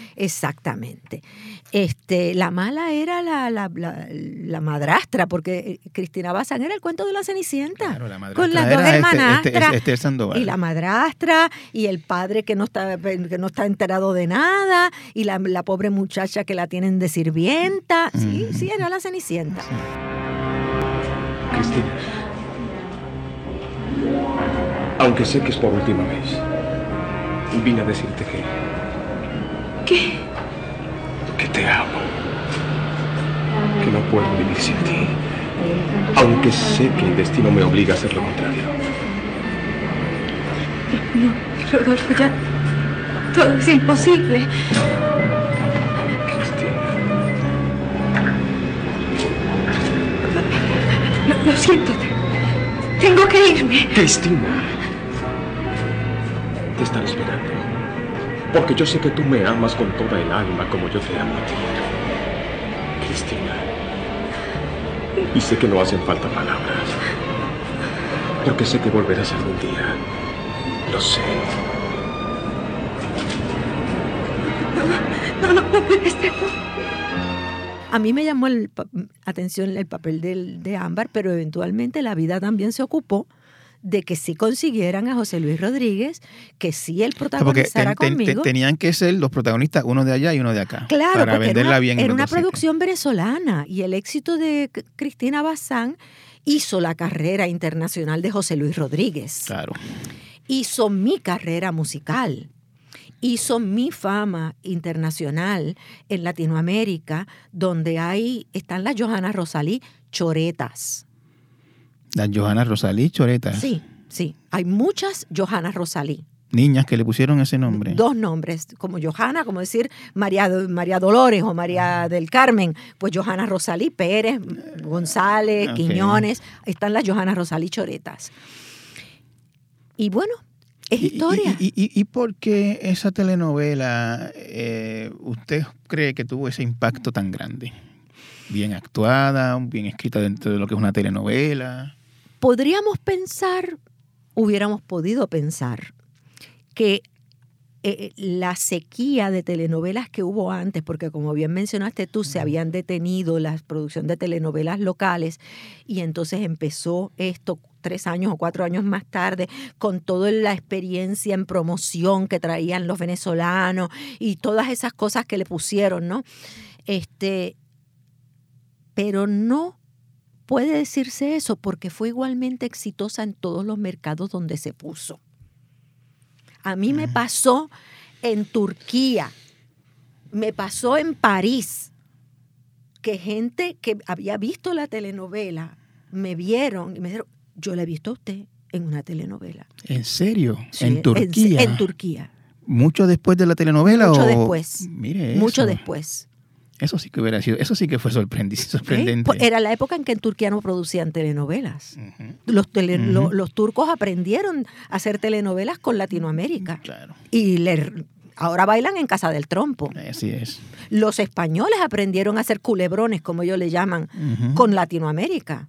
La mala era la madrastra, porque Cristina Bazán era el cuento de la Cenicienta. Claro, la madrastra con las dos hermanastras. Esther Sandoval. Y la madrastra, y el padre que no está enterado de nada, y la pobre muchacha que la tienen de sirvienta. Sí, era la Cenicienta. Cristina, aunque sé que es por última vez, vine a decirte ¿Qué? Que te amo. Que no puedo vivir sin ti. Aunque sé que el destino me obliga a hacer lo contrario. No, Rodolfo, ya todo es imposible. Cristina. Lo siento. Tengo que irme. Cristina. Te están esperando. Porque yo sé que tú me amas con toda el alma como yo te amo a ti. Cristina. Y sé que no hacen falta palabras. Porque sé que volverás algún día. Lo sé. No puede ser. A mí me llamó atención el papel de Ámbar, pero eventualmente la vida también se ocupó de que sí consiguieran a José Luis Rodríguez, que sí él protagonizara conmigo. Tenían que ser los protagonistas, uno de allá y uno de acá. Claro, para venderla bien. Era una producción venezolana y el éxito de Cristina Bazán hizo la carrera internacional de José Luis Rodríguez. Claro. Hizo mi carrera musical. Hizo mi fama internacional en Latinoamérica, donde están las Johanna Rosalí choretas. Las Johanna Rosalí choretas. Sí. Hay muchas Johanna Rosalí. Niñas que le pusieron ese nombre. 2 nombres, como Johanna, como decir María Dolores o María del Carmen. Pues Johanna Rosalí Pérez, González, okay. Quiñones. Están las Johanna Rosalí choretas. Y bueno, es historia. ¿Y por qué esa telenovela usted cree que tuvo ese impacto tan grande? Bien actuada, bien escrita dentro de lo que es una telenovela. Hubiéramos podido pensar que la sequía de telenovelas que hubo antes, porque como bien mencionaste tú, se habían detenido la producción de telenovelas locales y entonces empezó esto 3 años o 4 años más tarde con toda la experiencia en promoción que traían los venezolanos y todas esas cosas que le pusieron, ¿no? Pero no puede decirse eso porque fue igualmente exitosa en todos los mercados donde se puso. A mí me pasó en Turquía, me pasó en París, que gente que había visto la telenovela me vieron y me dijeron, yo la he visto a usted en una telenovela. ¿En serio? Sí, ¿En Turquía? En Turquía. ¿Mucho después de la telenovela? Mucho después. Mire eso. Mucho después. Eso sí que hubiera sido, eso sí que fue sorprendente. Pues era la época en que en Turquía no producían telenovelas. Uh-huh. Los turcos aprendieron a hacer telenovelas con Latinoamérica. Claro. Y ahora bailan en Casa del Trompo. Así es. Los españoles aprendieron a hacer culebrones, como ellos le llaman, con Latinoamérica.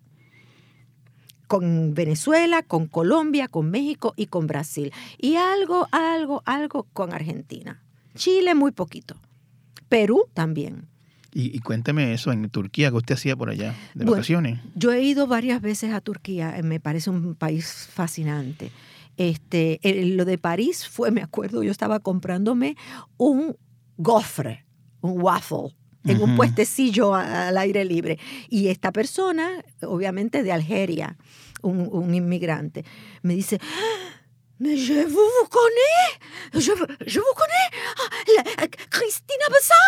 Con Venezuela, con Colombia, con México y con Brasil. Y algo con Argentina. Chile muy poquito. Perú también. Y cuénteme eso, en Turquía, ¿qué usted hacía por allá de vacaciones? Yo he ido varias veces a Turquía, me parece un país fascinante. Lo de París me acuerdo, yo estaba comprándome un gofre, un waffle, en un puestecillo al aire libre. Y esta persona, obviamente de Algeria, un inmigrante, me dice... Mais je vous connais, je vous connais, Cristina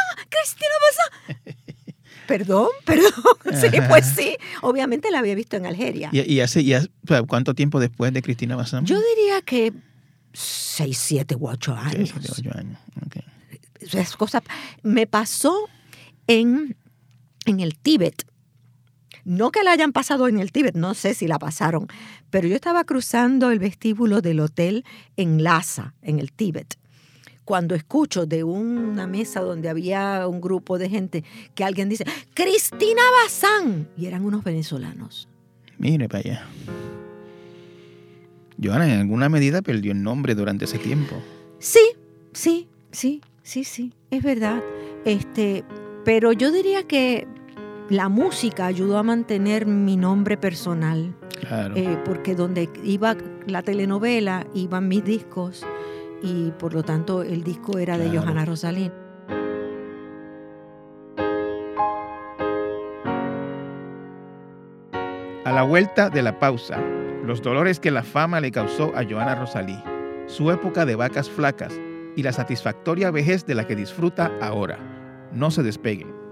Bazán. Perdón. Sí, pues sí. Obviamente la había visto en Algeria. ¿Y cuánto tiempo después de Cristina Bazán? Yo diría que 6, 7 u 8 años. 6, 7, 8 años, ok. Esas cosas me pasó en el Tíbet. No que la hayan pasado en el Tíbet, no sé si la pasaron, pero yo estaba cruzando el vestíbulo del hotel en Lhasa, en el Tíbet, cuando escucho de una mesa donde había un grupo de gente que alguien dice, ¡Cristina Bazán! Y eran unos venezolanos. Mire para allá. Johanna, en alguna medida perdió el nombre durante ese tiempo. Sí, es verdad. Pero yo diría que la música ayudó a mantener mi nombre personal. Claro. Porque donde iba la telenovela, iban mis discos y por lo tanto el disco era de Johanna Rosalí. A la vuelta de la pausa, los dolores que la fama le causó a Johanna Rosalí, su época de vacas flacas y la satisfactoria vejez de la que disfruta ahora. No se despeguen.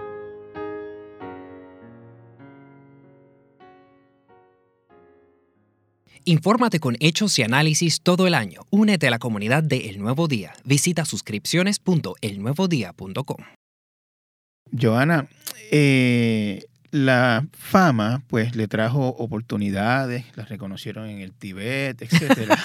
Infórmate con hechos y análisis todo el año. Únete a la comunidad de El Nuevo Día. Visita suscripciones.elnuevodía.com. Johanna, la fama, pues, le trajo oportunidades, las reconocieron en el Tíbet, etcétera.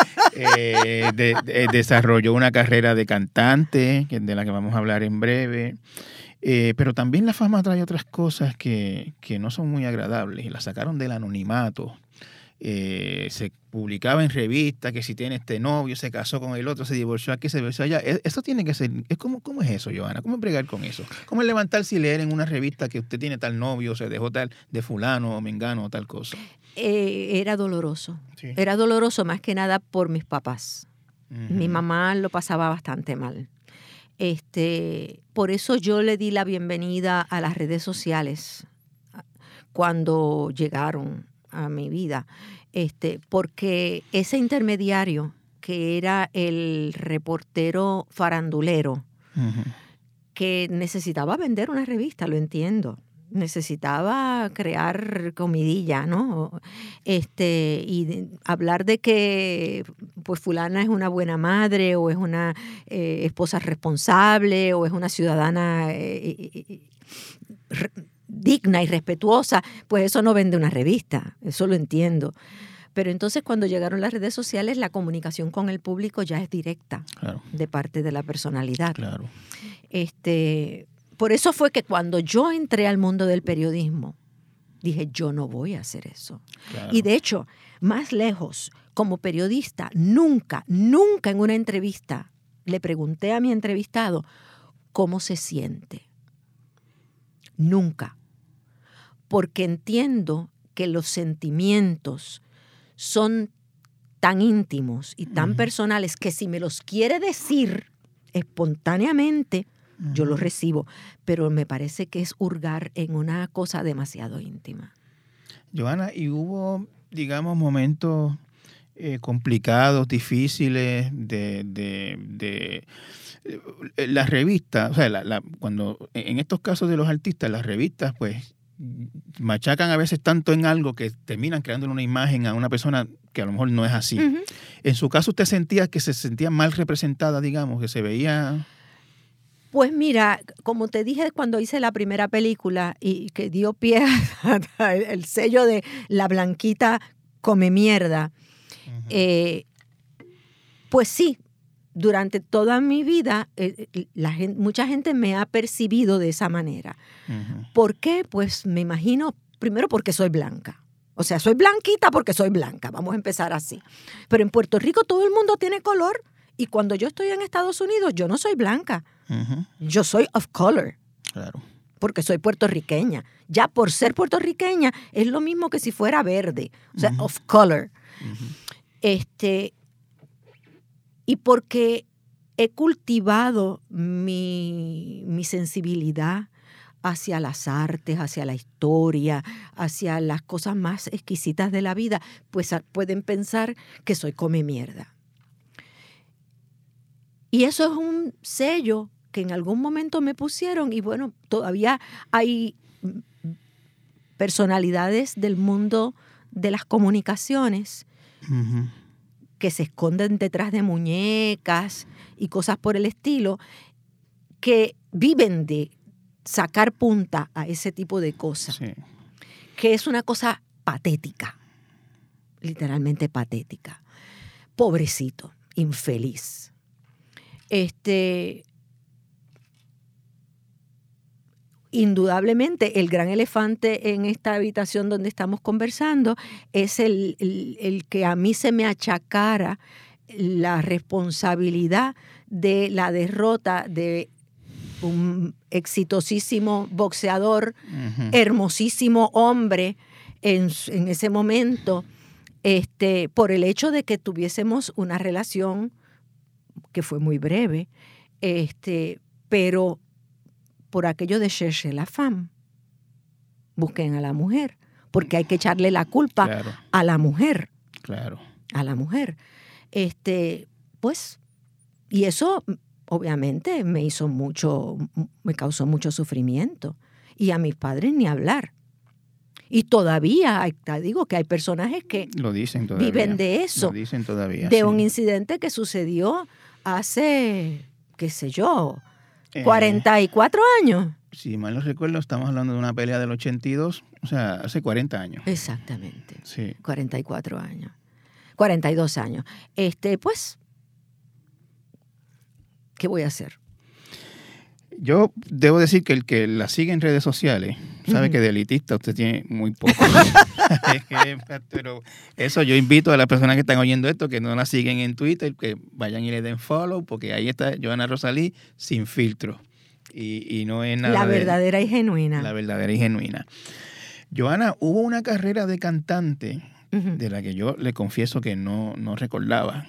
Desarrolló una carrera de cantante, de la que vamos a hablar en breve. Pero también la fama trae otras cosas que no son muy agradables y la sacaron del anonimato. Se publicaba en revistas que si tiene este novio, se casó con el otro, se divorció aquí, se divorció allá. Eso tiene que ser... ¿Cómo es eso, Johanna? ¿Cómo es bregar con eso? ¿Cómo es levantarse y leer en una revista que usted tiene tal novio, se dejó tal de fulano o mengano o tal cosa? Era doloroso. Sí. Era doloroso más que nada por mis papás. Uh-huh. Mi mamá lo pasaba bastante mal. Por eso yo le di la bienvenida a las redes sociales cuando llegaron a mi vida, porque ese intermediario que era el reportero farandulero, uh-huh, que necesitaba vender una revista, lo entiendo, necesitaba crear comidilla, ¿no? Y hablar de que pues fulana es una buena madre o es una esposa responsable o es una ciudadana digna y respetuosa, pues eso no vende una revista, eso lo entiendo. Pero entonces cuando llegaron las redes sociales, la comunicación con el público ya es directa, claro, de parte de la personalidad. Claro. Por eso fue que cuando yo entré al mundo del periodismo, dije, yo no voy a hacer eso. Claro. Y de hecho, más lejos, como periodista, nunca en una entrevista le pregunté a mi entrevistado cómo se siente. Nunca. Porque entiendo que los sentimientos son tan íntimos y tan uh-huh, personales que si me los quiere decir espontáneamente, uh-huh, yo los recibo. Pero me parece que es hurgar en una cosa demasiado íntima. Johanna, ¿y hubo, digamos, momentos complicados, difíciles de las revistas? O sea, cuando en estos casos de los artistas, las revistas, pues, machacan a veces tanto en algo que terminan creándole una imagen a una persona que a lo mejor no es así. Uh-huh. En su caso, ¿usted sentía que se sentía mal representada, digamos, que se veía...? Pues mira, como te dije cuando hice la primera película y que dio pie al sello de La Blanquita Come Mierda, uh-huh, pues sí, durante toda mi vida mucha gente me ha percibido de esa manera. Uh-huh. ¿Por qué? Pues me imagino, primero porque soy blanca. O sea, soy blanquita porque soy blanca, vamos a empezar así. Pero en Puerto Rico todo el mundo tiene color y cuando yo estoy en Estados Unidos yo no soy blanca. Uh-huh. Yo soy of color. Claro. Porque soy puertorriqueña. Ya por ser puertorriqueña es lo mismo que si fuera verde. O sea, uh-huh, of color. Uh-huh. Y porque he cultivado mi sensibilidad hacia las artes, hacia la historia, hacia las cosas más exquisitas de la vida, pues pueden pensar que soy come mierda. Y eso es un sello que en algún momento me pusieron y bueno, todavía hay personalidades del mundo de las comunicaciones, uh-huh, que se esconden detrás de muñecas y cosas por el estilo, que viven de sacar punta a ese tipo de cosas, sí, que es una cosa patética, literalmente patética. Pobrecito, infeliz. Indudablemente el gran elefante en esta habitación donde estamos conversando es el que a mí se me achacara la responsabilidad de la derrota de un exitosísimo boxeador, uh-huh, hermosísimo hombre en ese momento, por el hecho de que tuviésemos una relación que fue muy breve, pero por aquello de chercher la femme. Busquen a la mujer, porque hay que echarle la culpa, claro, a la mujer. Claro. A la mujer. Pues, y eso obviamente me causó mucho sufrimiento. Y a mis padres ni hablar. Y todavía, te digo que hay personajes que lo dicen todavía, viven de eso. Lo dicen todavía. De sí, un incidente que sucedió hace, qué sé yo, 44 años. si mal no recuerdo, estamos hablando de una pelea del 82, o sea, hace 40 años. Exactamente. Sí. 44 años. 42 años. Pues, ¿qué voy a hacer? Yo debo decir que el que la sigue en redes sociales sabe que de elitista usted tiene muy poco. Pero eso yo invito a las personas que están oyendo esto que no la siguen en Twitter, que vayan y le den follow, porque ahí está Johanna Rosalí sin filtro. Y no es nada. La verdadera y genuina. La verdadera y genuina. Johanna, hubo una carrera de cantante de la que yo le confieso que no recordaba.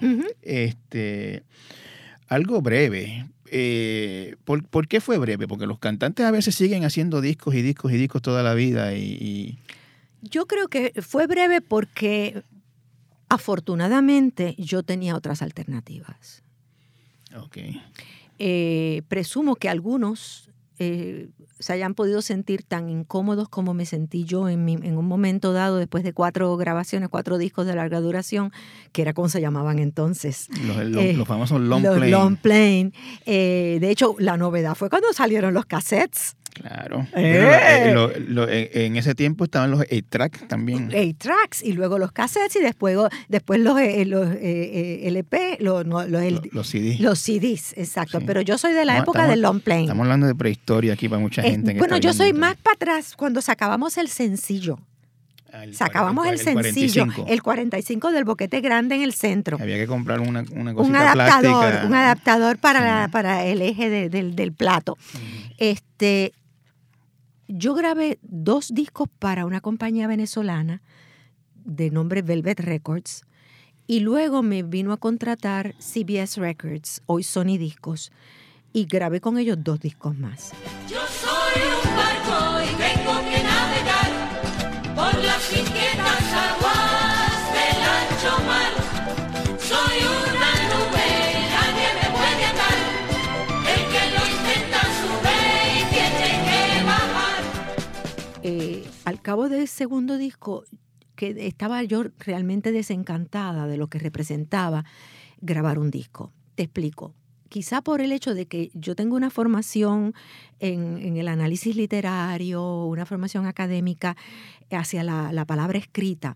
Algo breve. ¿Por qué fue breve? Porque los cantantes a veces siguen haciendo discos y discos y discos toda la vida. Yo creo que fue breve porque afortunadamente yo tenía otras alternativas. Okay. Presumo que algunos se hayan podido sentir tan incómodos como me sentí yo en un momento dado después de 4 grabaciones, 4 discos de larga duración, que era como se llamaban entonces. Los famosos long los play. Long play. De hecho, la novedad fue cuando salieron los cassettes. Claro. En ese tiempo estaban los 8-tracks también. 8-tracks y luego los cassettes y después los LP, los CDs. Los CDs, exacto. Sí. Pero yo soy de la época del long play. Estamos hablando de prehistoria aquí para mucha gente. Bueno, yo soy más para atrás cuando sacábamos el sencillo. Sacábamos el sencillo, 45. El 45 del boquete grande en el centro. Había que comprar una cosita plástica. Un adaptador para el eje del plato. Yo grabé 2 discos para una compañía venezolana de nombre Velvet Records y luego me vino a contratar CBS Records, hoy Sony Discos, y grabé con ellos 2 discos más. Yo soy un barco y tengo que navegar por las inquietas aguas del ancho mar. Soy una nube y nadie me puede atar. El que lo intenta sube y tiene que bajar. Al cabo del segundo disco, que estaba yo realmente desencantada de lo que representaba grabar un disco. Te explico. Quizá por el hecho de que yo tengo una formación en el análisis literario, una formación académica hacia la palabra escrita,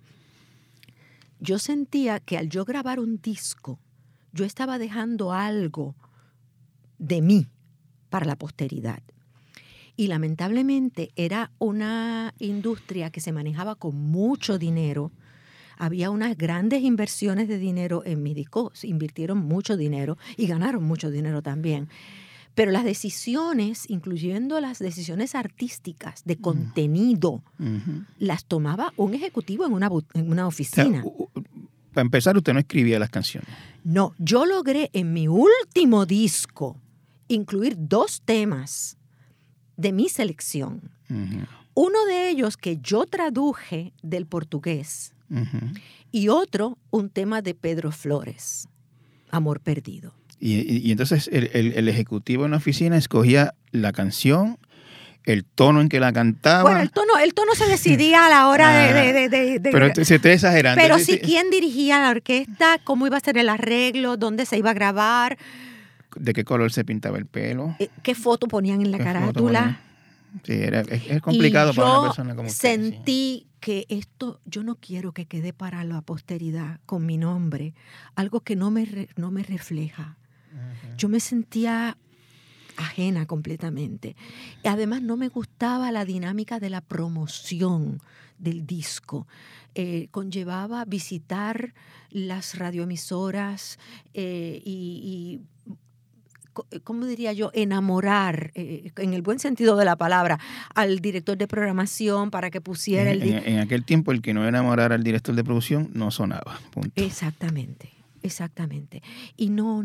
yo sentía que al yo grabar un disco, yo estaba dejando algo de mí para la posteridad. Y lamentablemente era una industria que se manejaba con mucho dinero. Había unas grandes inversiones de dinero en mis discos, invirtieron mucho dinero y ganaron mucho dinero también. Pero las decisiones, incluyendo las decisiones artísticas de contenido, las tomaba un ejecutivo en una oficina. O sea, para empezar, usted no escribía las canciones. No, yo logré en mi último disco incluir 2 temas de mi selección. Uno de ellos que yo traduje del portugués y otro, un tema de Pedro Flores, Amor Perdido. Y entonces el ejecutivo en la oficina escogía la canción, el tono en que la cantaba. Bueno, el tono se decidía a la hora de pero se está exagerando. Pero sí, ¿quién dirigía la orquesta? ¿Cómo iba a ser el arreglo? ¿Dónde se iba a grabar? ¿De qué color se pintaba el pelo? ¿Qué foto ponían en la carátula? Sí, es complicado para una persona como usted. Sentí que esto, yo no quiero que quede para la posteridad con mi nombre, algo que no me refleja. Yo me sentía ajena completamente. Y además no me gustaba la dinámica de la promoción del disco. Conllevaba visitar las radioemisoras y ¿cómo diría yo? Enamorar, en el buen sentido de la palabra, al director de programación para que pusiera en aquel tiempo el que no enamorara al director de producción no sonaba. Punto. Exactamente. Y no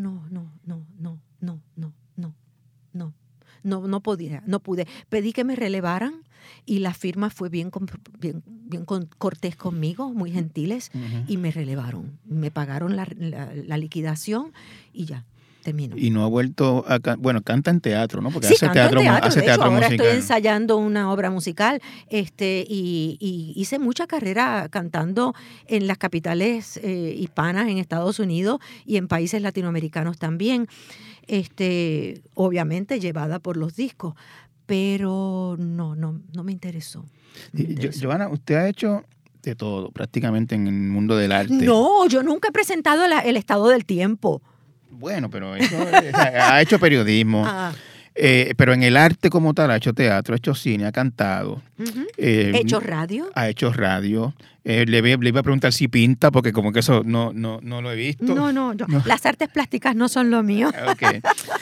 pude. Pedí que me relevaran y la firma fue bien cortés conmigo, muy gentiles, y me relevaron. Me pagaron la liquidación y ya. Termino. Y no ha vuelto a canta en teatro, ¿no? Porque sí, hace teatro musical. Ahora musical. estoy ensayando una obra musical y hice mucha carrera cantando en las capitales hispanas en Estados Unidos y en países latinoamericanos también, obviamente llevada por los discos. pero no me interesó. Joana, usted ha hecho de todo prácticamente en el mundo del arte. No, yo nunca he presentado el estado del tiempo. Bueno, pero eso, ha hecho periodismo. Pero en el arte como tal, ha hecho teatro, ha hecho cine, ha cantado. ¿He hecho radio? Ha hecho radio. Le iba a preguntar si pinta, porque como que eso no lo he visto. No. Las artes plásticas no son lo mío. Okay.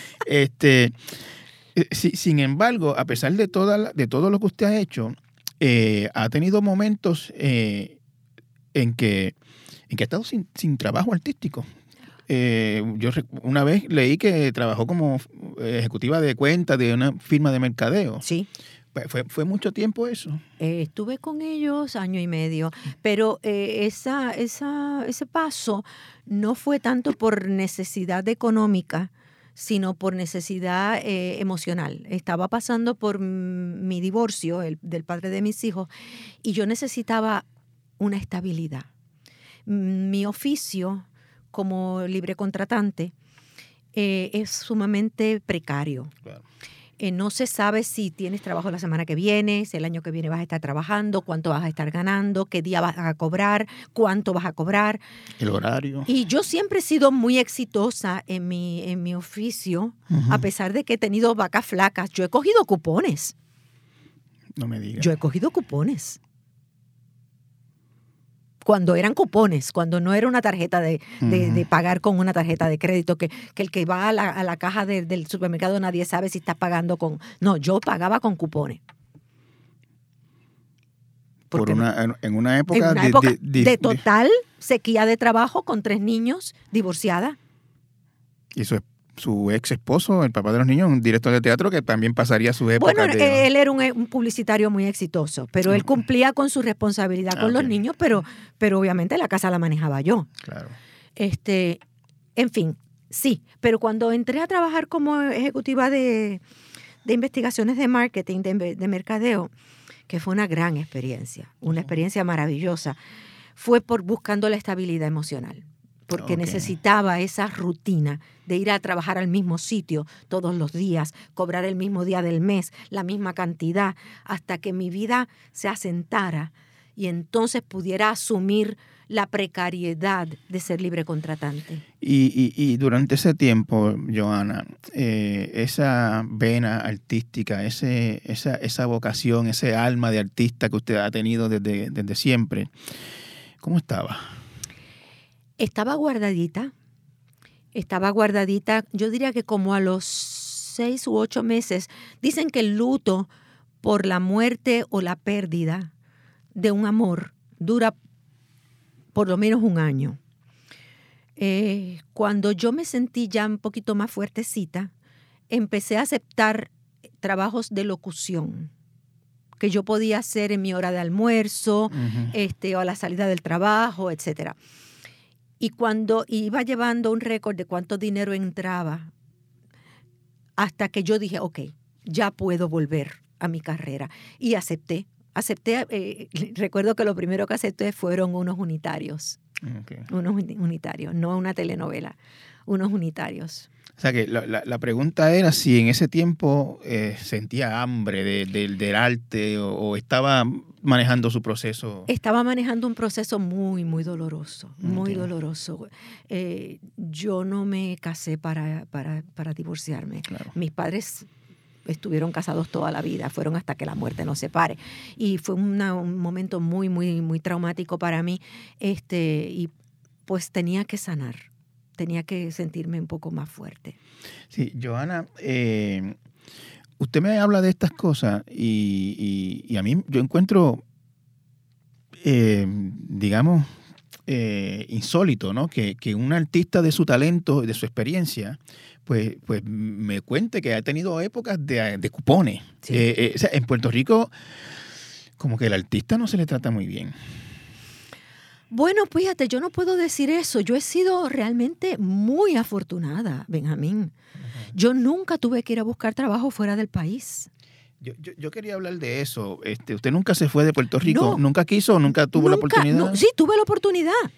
Sin embargo, a pesar de todo lo que usted ha hecho, ha tenido momentos en que ha estado sin trabajo artístico. Yo una vez leí que trabajó como ejecutiva de cuentas de una firma de mercadeo. Sí. ¿Fue mucho tiempo eso? Estuve con ellos 1 año y medio, pero ese paso no fue tanto por necesidad económica, sino por necesidad emocional. Estaba pasando por mi divorcio, del padre de mis hijos, y yo necesitaba una estabilidad. Mi oficio como libre contratante es sumamente precario. Claro. No se sabe si tienes trabajo la semana que viene, si el año que viene vas a estar trabajando, cuánto vas a estar ganando, qué día vas a cobrar, cuánto vas a cobrar. El horario. Y yo siempre he sido muy exitosa en mi oficio, a pesar de que he tenido vacas flacas. Yo he cogido cupones. No me digas. Yo he cogido cupones. Cuando eran cupones, cuando no era una tarjeta de pagar con una tarjeta de crédito, que el que va a la caja del supermercado nadie sabe si está pagando con... No, yo pagaba con cupones. En una época de total sequía de trabajo, con 3 niños, divorciada. Y su ex esposo, el papá de los niños, un director de teatro que también pasaría su época. Bueno, él era un publicitario muy exitoso, pero él cumplía con su responsabilidad con los niños, pero obviamente la casa la manejaba yo. Claro. En fin, sí, pero cuando entré a trabajar como ejecutiva de investigaciones de marketing, de mercadeo, que fue una gran experiencia, una experiencia maravillosa, fue por buscando la estabilidad emocional. Porque necesitaba esa rutina de ir a trabajar al mismo sitio todos los días, cobrar el mismo día del mes, la misma cantidad, hasta que mi vida se asentara y entonces pudiera asumir la precariedad de ser libre contratante. Y durante ese tiempo, Joana, esa vena artística, esa vocación, ese alma de artista que usted ha tenido desde siempre, ¿cómo estaba? Estaba guardadita, yo diría que como a los 6 u 8 meses. Dicen que el luto por la muerte o la pérdida de un amor dura por lo menos 1 año. Cuando yo me sentí ya un poquito más fuertecita, empecé a aceptar trabajos de locución que yo podía hacer en mi hora de almuerzo, o a la salida del trabajo, etcétera. Y cuando iba llevando un récord de cuánto dinero entraba, hasta que yo dije, ok, ya puedo volver a mi carrera. Y acepté, recuerdo que lo primero que acepté fueron unos unitarios. Unos unitarios, no una telenovela, unos unitarios. O sea que la pregunta era si en ese tiempo sentía hambre del arte o estaba manejando su proceso. Estaba manejando un proceso muy, muy doloroso, muy doloroso. Yo no me casé para divorciarme. Claro. Mis padres estuvieron casados toda la vida, fueron hasta que la muerte nos separe. Y fue un momento muy, muy, muy traumático para mí. Y pues tenía que sanar. Tenía que sentirme un poco más fuerte. Sí, Joana, usted me habla de estas cosas y a mí yo encuentro, digamos, insólito, ¿no? Que un artista de su talento, de su experiencia, pues me cuente que ha tenido épocas de cupones. Sí. O sea, en Puerto Rico, como que el artista no se le trata muy bien. Bueno, fíjate, yo no puedo decir eso. Yo he sido realmente muy afortunada, Benjamín. Yo nunca tuve que ir a buscar trabajo fuera del país. Yo quería hablar de eso. ¿Usted nunca se fue de Puerto Rico? No, ¿nunca quiso? ¿Nunca tuvo la oportunidad? No, sí, tuve la oportunidad.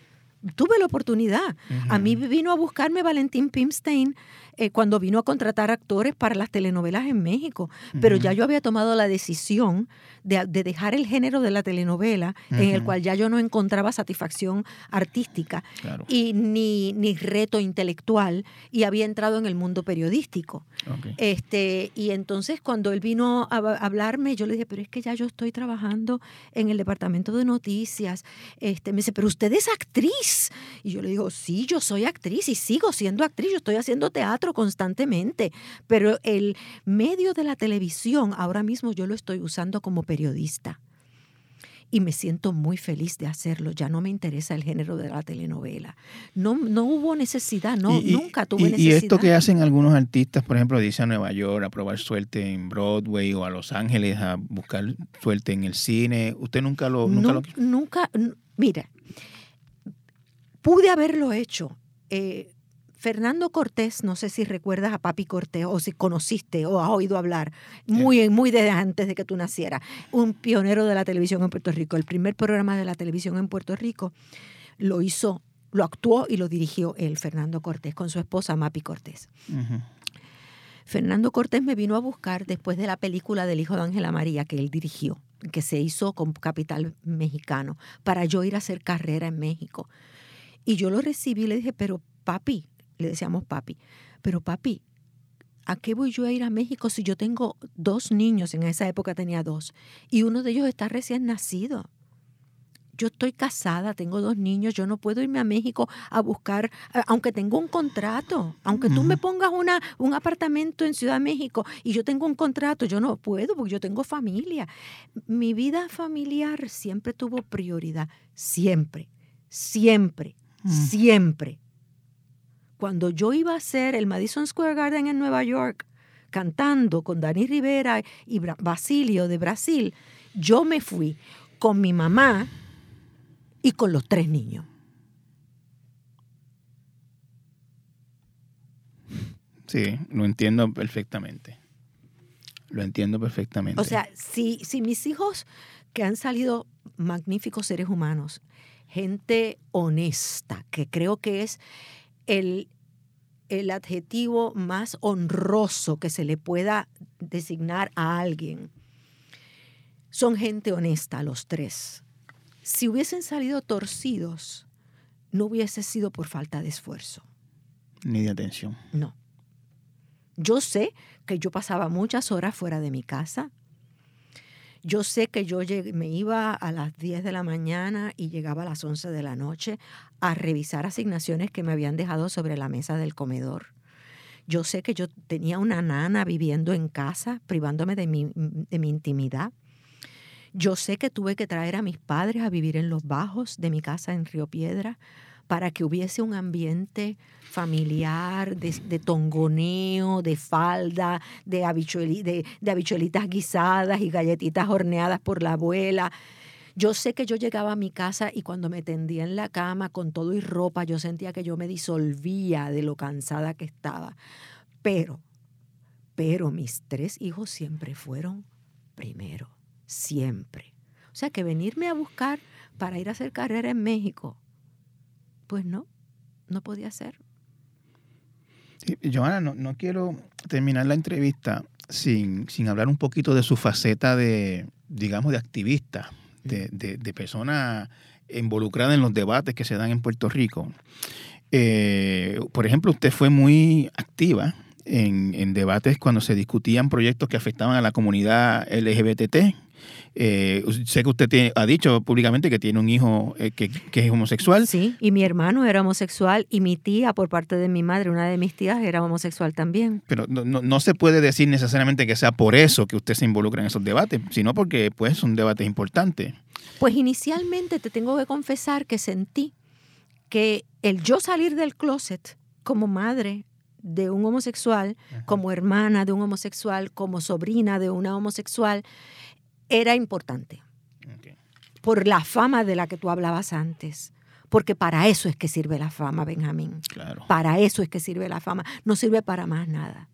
tuve la oportunidad. A mí vino a buscarme Valentín Pimstein cuando vino a contratar actores para las telenovelas en México. Pero ya yo había tomado la decisión de dejar el género de la telenovela, en el cual ya yo no encontraba satisfacción artística y ni reto intelectual, y había entrado en el mundo periodístico. Y entonces cuando él vino a hablarme, yo le dije, pero es que ya yo estoy trabajando en el departamento de noticias. Me dice, pero usted es actriz. Y yo le digo, sí, yo soy actriz y sigo siendo actriz. Yo estoy haciendo teatro constantemente, pero el medio de la televisión ahora mismo yo lo estoy usando como periodista. Y me siento muy feliz de hacerlo. Ya no me interesa el género de la telenovela. No hubo necesidad, nunca tuve necesidad. Y esto que hacen algunos artistas, por ejemplo, de irse a Nueva York a probar suerte en Broadway o a Los Ángeles a buscar suerte en el cine, ¿usted nunca lo...? Nunca, mira, pude haberlo hecho. Fernando Cortés, no sé si recuerdas a Papi Cortés o si conociste o has oído hablar, muy desde antes de que tú nacieras, un pionero de la televisión en Puerto Rico. El primer programa de la televisión en Puerto Rico lo actuó y lo dirigió él, Fernando Cortés, con su esposa Mapi Cortés. Fernando Cortés me vino a buscar después de la película del hijo de Ángela María que él dirigió, que se hizo con capital mexicano, para yo ir a hacer carrera en México. Y yo lo recibí y le dije, pero papi, le decíamos papi, pero papi, ¿a qué voy yo a ir a México si yo tengo 2 niños? En esa época tenía 2, y uno de ellos está recién nacido. Yo estoy casada, tengo 2 niños, yo no puedo irme a México a buscar, aunque tengo un contrato, aunque tú me pongas un apartamento en Ciudad de México y yo tengo un contrato, yo no puedo porque yo tengo familia. Mi vida familiar siempre tuvo prioridad, siempre. Cuando yo iba a hacer el Madison Square Garden en Nueva York, cantando con Dani Rivera y Basilio de Brasil, yo me fui con mi mamá y con los 3 niños. Sí, lo entiendo perfectamente. O sea, si mis hijos, que han salido magníficos seres humanos, gente honesta, que creo que es el adjetivo más honroso que se le pueda designar a alguien. Son gente honesta los 3. Si hubiesen salido torcidos, no hubiese sido por falta de esfuerzo. Ni de atención. No. Yo sé que yo pasaba muchas horas fuera de mi casa. Yo sé que yo me iba a las 10 de la mañana y llegaba a las 11 de la noche a revisar asignaciones que me habían dejado sobre la mesa del comedor. Yo sé que yo tenía una nana viviendo en casa, privándome de mi intimidad. Yo sé que tuve que traer a mis padres a vivir en los bajos de mi casa en Río Piedra para que hubiese un ambiente familiar de tongoneo, de falda, de habichuelitas guisadas y galletitas horneadas por la abuela. Yo sé que yo llegaba a mi casa y cuando me tendía en la cama con todo y ropa, yo sentía que yo me disolvía de lo cansada que estaba. Pero mis 3 hijos siempre fueron primero, siempre. O sea que venirme a buscar para ir a hacer carrera en México, pues no podía ser. Sí, Johanna, no quiero terminar la entrevista sin hablar un poquito de su faceta de activista, de persona involucrada en los debates que se dan en Puerto Rico. Por ejemplo, usted fue muy activa en debates cuando se discutían proyectos que afectaban a la comunidad LGBT. Sé que usted ha dicho públicamente que tiene un hijo que es homosexual. Sí, y mi hermano era homosexual y mi tía, por parte de mi madre, una de mis tías, era homosexual también. Pero no se puede decir necesariamente que sea por eso que usted se involucra en esos debates, sino porque pues son debates importantes. Pues inicialmente te tengo que confesar que sentí que el yo salir del closet como madre de un homosexual, como hermana de un homosexual, como sobrina de una homosexual, era importante. Okay. Por la fama de la que tú hablabas antes. Porque para eso es que sirve la fama, Benjamín. Claro. Para eso es que sirve la fama. No sirve para más nada.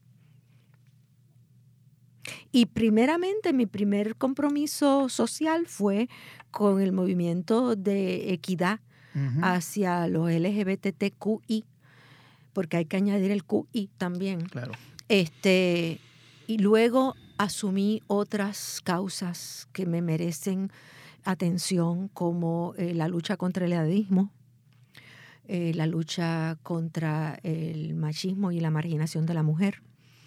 Y primeramente, mi primer compromiso social fue con el movimiento de equidad hacia los LGBTQI, porque hay que añadir el QI también. Claro. Y luego asumí otras causas que me merecen atención, como la lucha contra el edadismo, la lucha contra el machismo y la marginación de la mujer.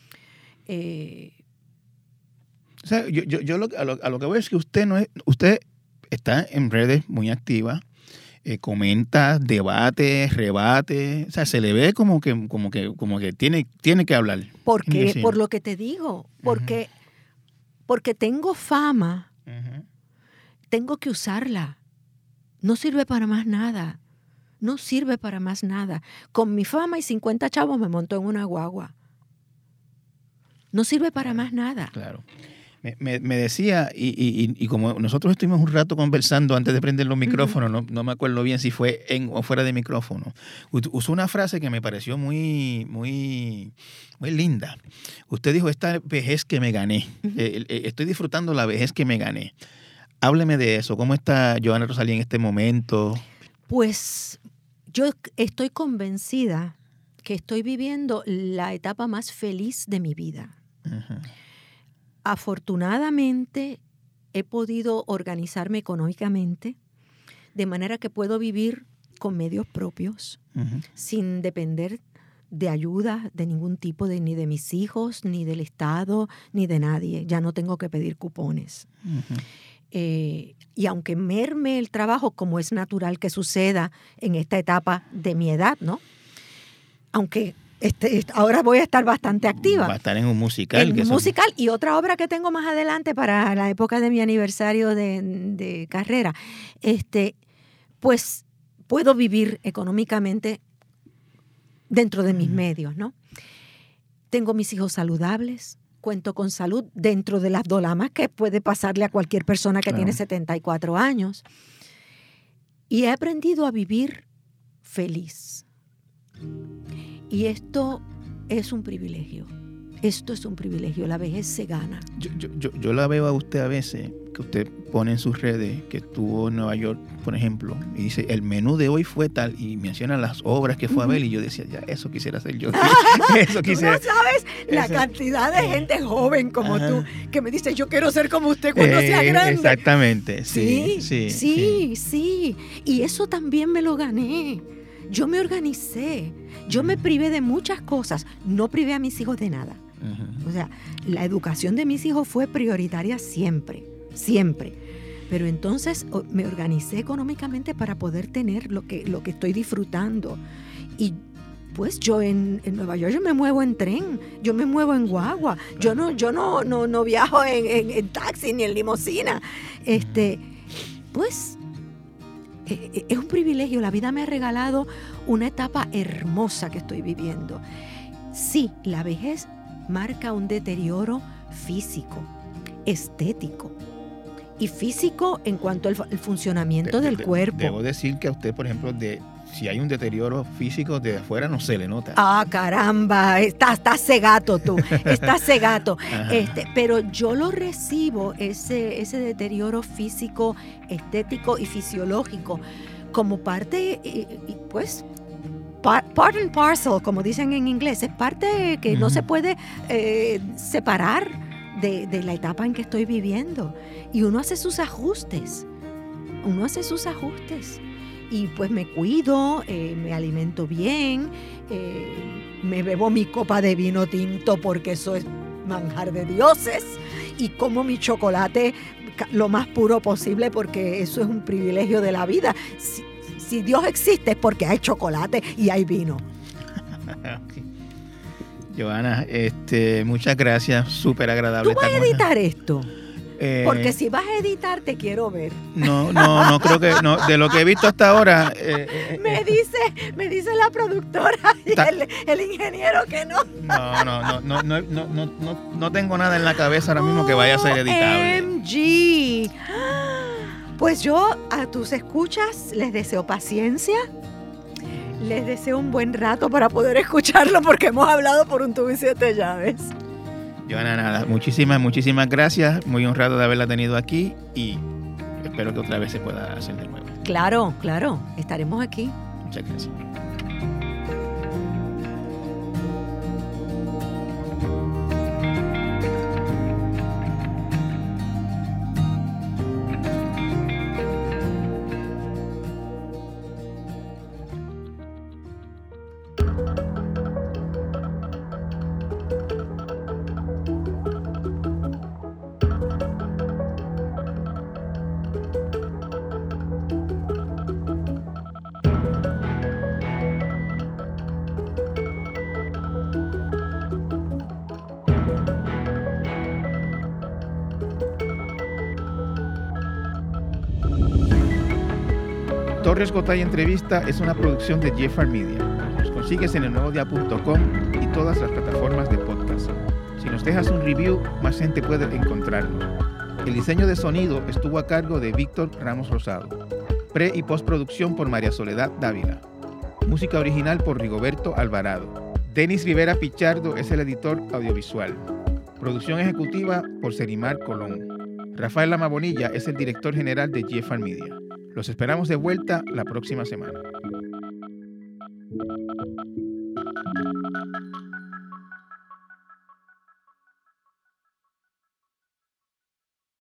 O sea, yo a lo que voy es que usted está en redes muy activa, comenta, debate, rebate, o sea, se le ve como que tiene que hablar. ¿Por qué? Por lo que te digo, porque tengo fama, tengo que usarla. No sirve para más nada. No sirve para más nada. Con mi fama y 50 chavos me monto en una guagua. No sirve para más nada. Claro. Me decía, y como nosotros estuvimos un rato conversando antes de prender los micrófonos, no me acuerdo bien si fue en o fuera de micrófono, usó una frase que me pareció muy, muy, muy linda. Usted dijo, esta vejez que me gané. Estoy disfrutando la vejez que me gané. Hábleme de eso. ¿Cómo está Johanna Rosalí en este momento? Pues yo estoy convencida que estoy viviendo la etapa más feliz de mi vida. Afortunadamente he podido organizarme económicamente de manera que puedo vivir con medios propios, sin depender de ayuda de ningún tipo, ni de mis hijos, ni del Estado, ni de nadie. Ya no tengo que pedir cupones. Y aunque merme el trabajo, como es natural que suceda en esta etapa de mi edad, ¿no? Aunque ahora voy a estar bastante activa. Va a estar en un musical. En un musical y otra obra que tengo más adelante para la época de mi aniversario de carrera. Pues puedo vivir económicamente dentro de mis medios, ¿no? Tengo mis hijos saludables, cuento con salud dentro de las dolamas que puede pasarle a cualquier persona que tiene 74 años. Y he aprendido a vivir feliz. Y esto es un privilegio. Esto es un privilegio. La vejez se gana. Yo la veo a usted a veces, que usted pone en sus redes que estuvo en Nueva York, por ejemplo, y dice, el menú de hoy fue tal, y menciona las obras que fue a ver, y yo decía, ya, eso quisiera hacer yo. Eso quisiera. Tú no sabes la cantidad de gente joven como tú que me dice, yo quiero ser como usted cuando sea grande. Exactamente. Sí. Y eso también me lo gané. Yo me organicé. Yo me privé de muchas cosas. No privé a mis hijos de nada. O sea, la educación de mis hijos fue prioritaria siempre. Pero entonces me organicé económicamente para poder tener lo que estoy disfrutando. Y pues yo en Nueva York yo me muevo en tren, yo me muevo en guagua, yo no viajo en taxi ni en limusina. Pues es un privilegio. La vida me ha regalado una etapa hermosa que estoy viviendo. Sí, la vejez marca un deterioro físico, estético y físico en cuanto al funcionamiento del cuerpo. Debo decir que a usted, por ejemplo, si hay un deterioro físico de afuera, no se le nota. Ah, caramba, estás cegato tú, estás cegato. Pero yo lo recibo, ese deterioro físico, estético y fisiológico, como parte, pues, part and parcel, como dicen en inglés, es parte que no se puede separar de la etapa en que estoy viviendo. Y uno hace sus ajustes. Y pues me cuido, me alimento bien, me bebo mi copa de vino tinto porque eso es manjar de dioses, y como mi chocolate lo más puro posible porque eso es un privilegio de la vida. Si Dios existe es porque hay chocolate y hay vino. Okay. Johanna, muchas gracias, súper agradable. ¿Tú vas a editar esto? Porque si vas a editar te quiero ver. No creo que no. De lo que he visto hasta ahora, me dice la productora y el ingeniero que no. No tengo nada en la cabeza ahora mismo que vaya a ser editable. OMG. Pues yo a tus escuchas les deseo paciencia. Les deseo un buen rato para poder escucharlo porque hemos hablado por un tubo y 7 llaves. Johanna, nada, muchísimas gracias. Muy honrado de haberla tenido aquí y espero que otra vez se pueda hacer de nuevo. Claro, claro, estaremos aquí. Muchas gracias. Torres Gotay Entrevista es una producción de Jeffar Media. Nos consigues en elnuevodia.com y todas las plataformas de podcast. Si nos dejas un review, más gente puede encontrarnos. El diseño de sonido estuvo a cargo de Víctor Ramos Rosado. Pre- y postproducción por María Soledad Dávila. Música original por Rigoberto Alvarado. Denis Rivera Pichardo es el editor audiovisual. Producción ejecutiva por Serimar Colón. Rafael Lama Bonilla es el director general de Jeffar Media. Los esperamos de vuelta la próxima semana.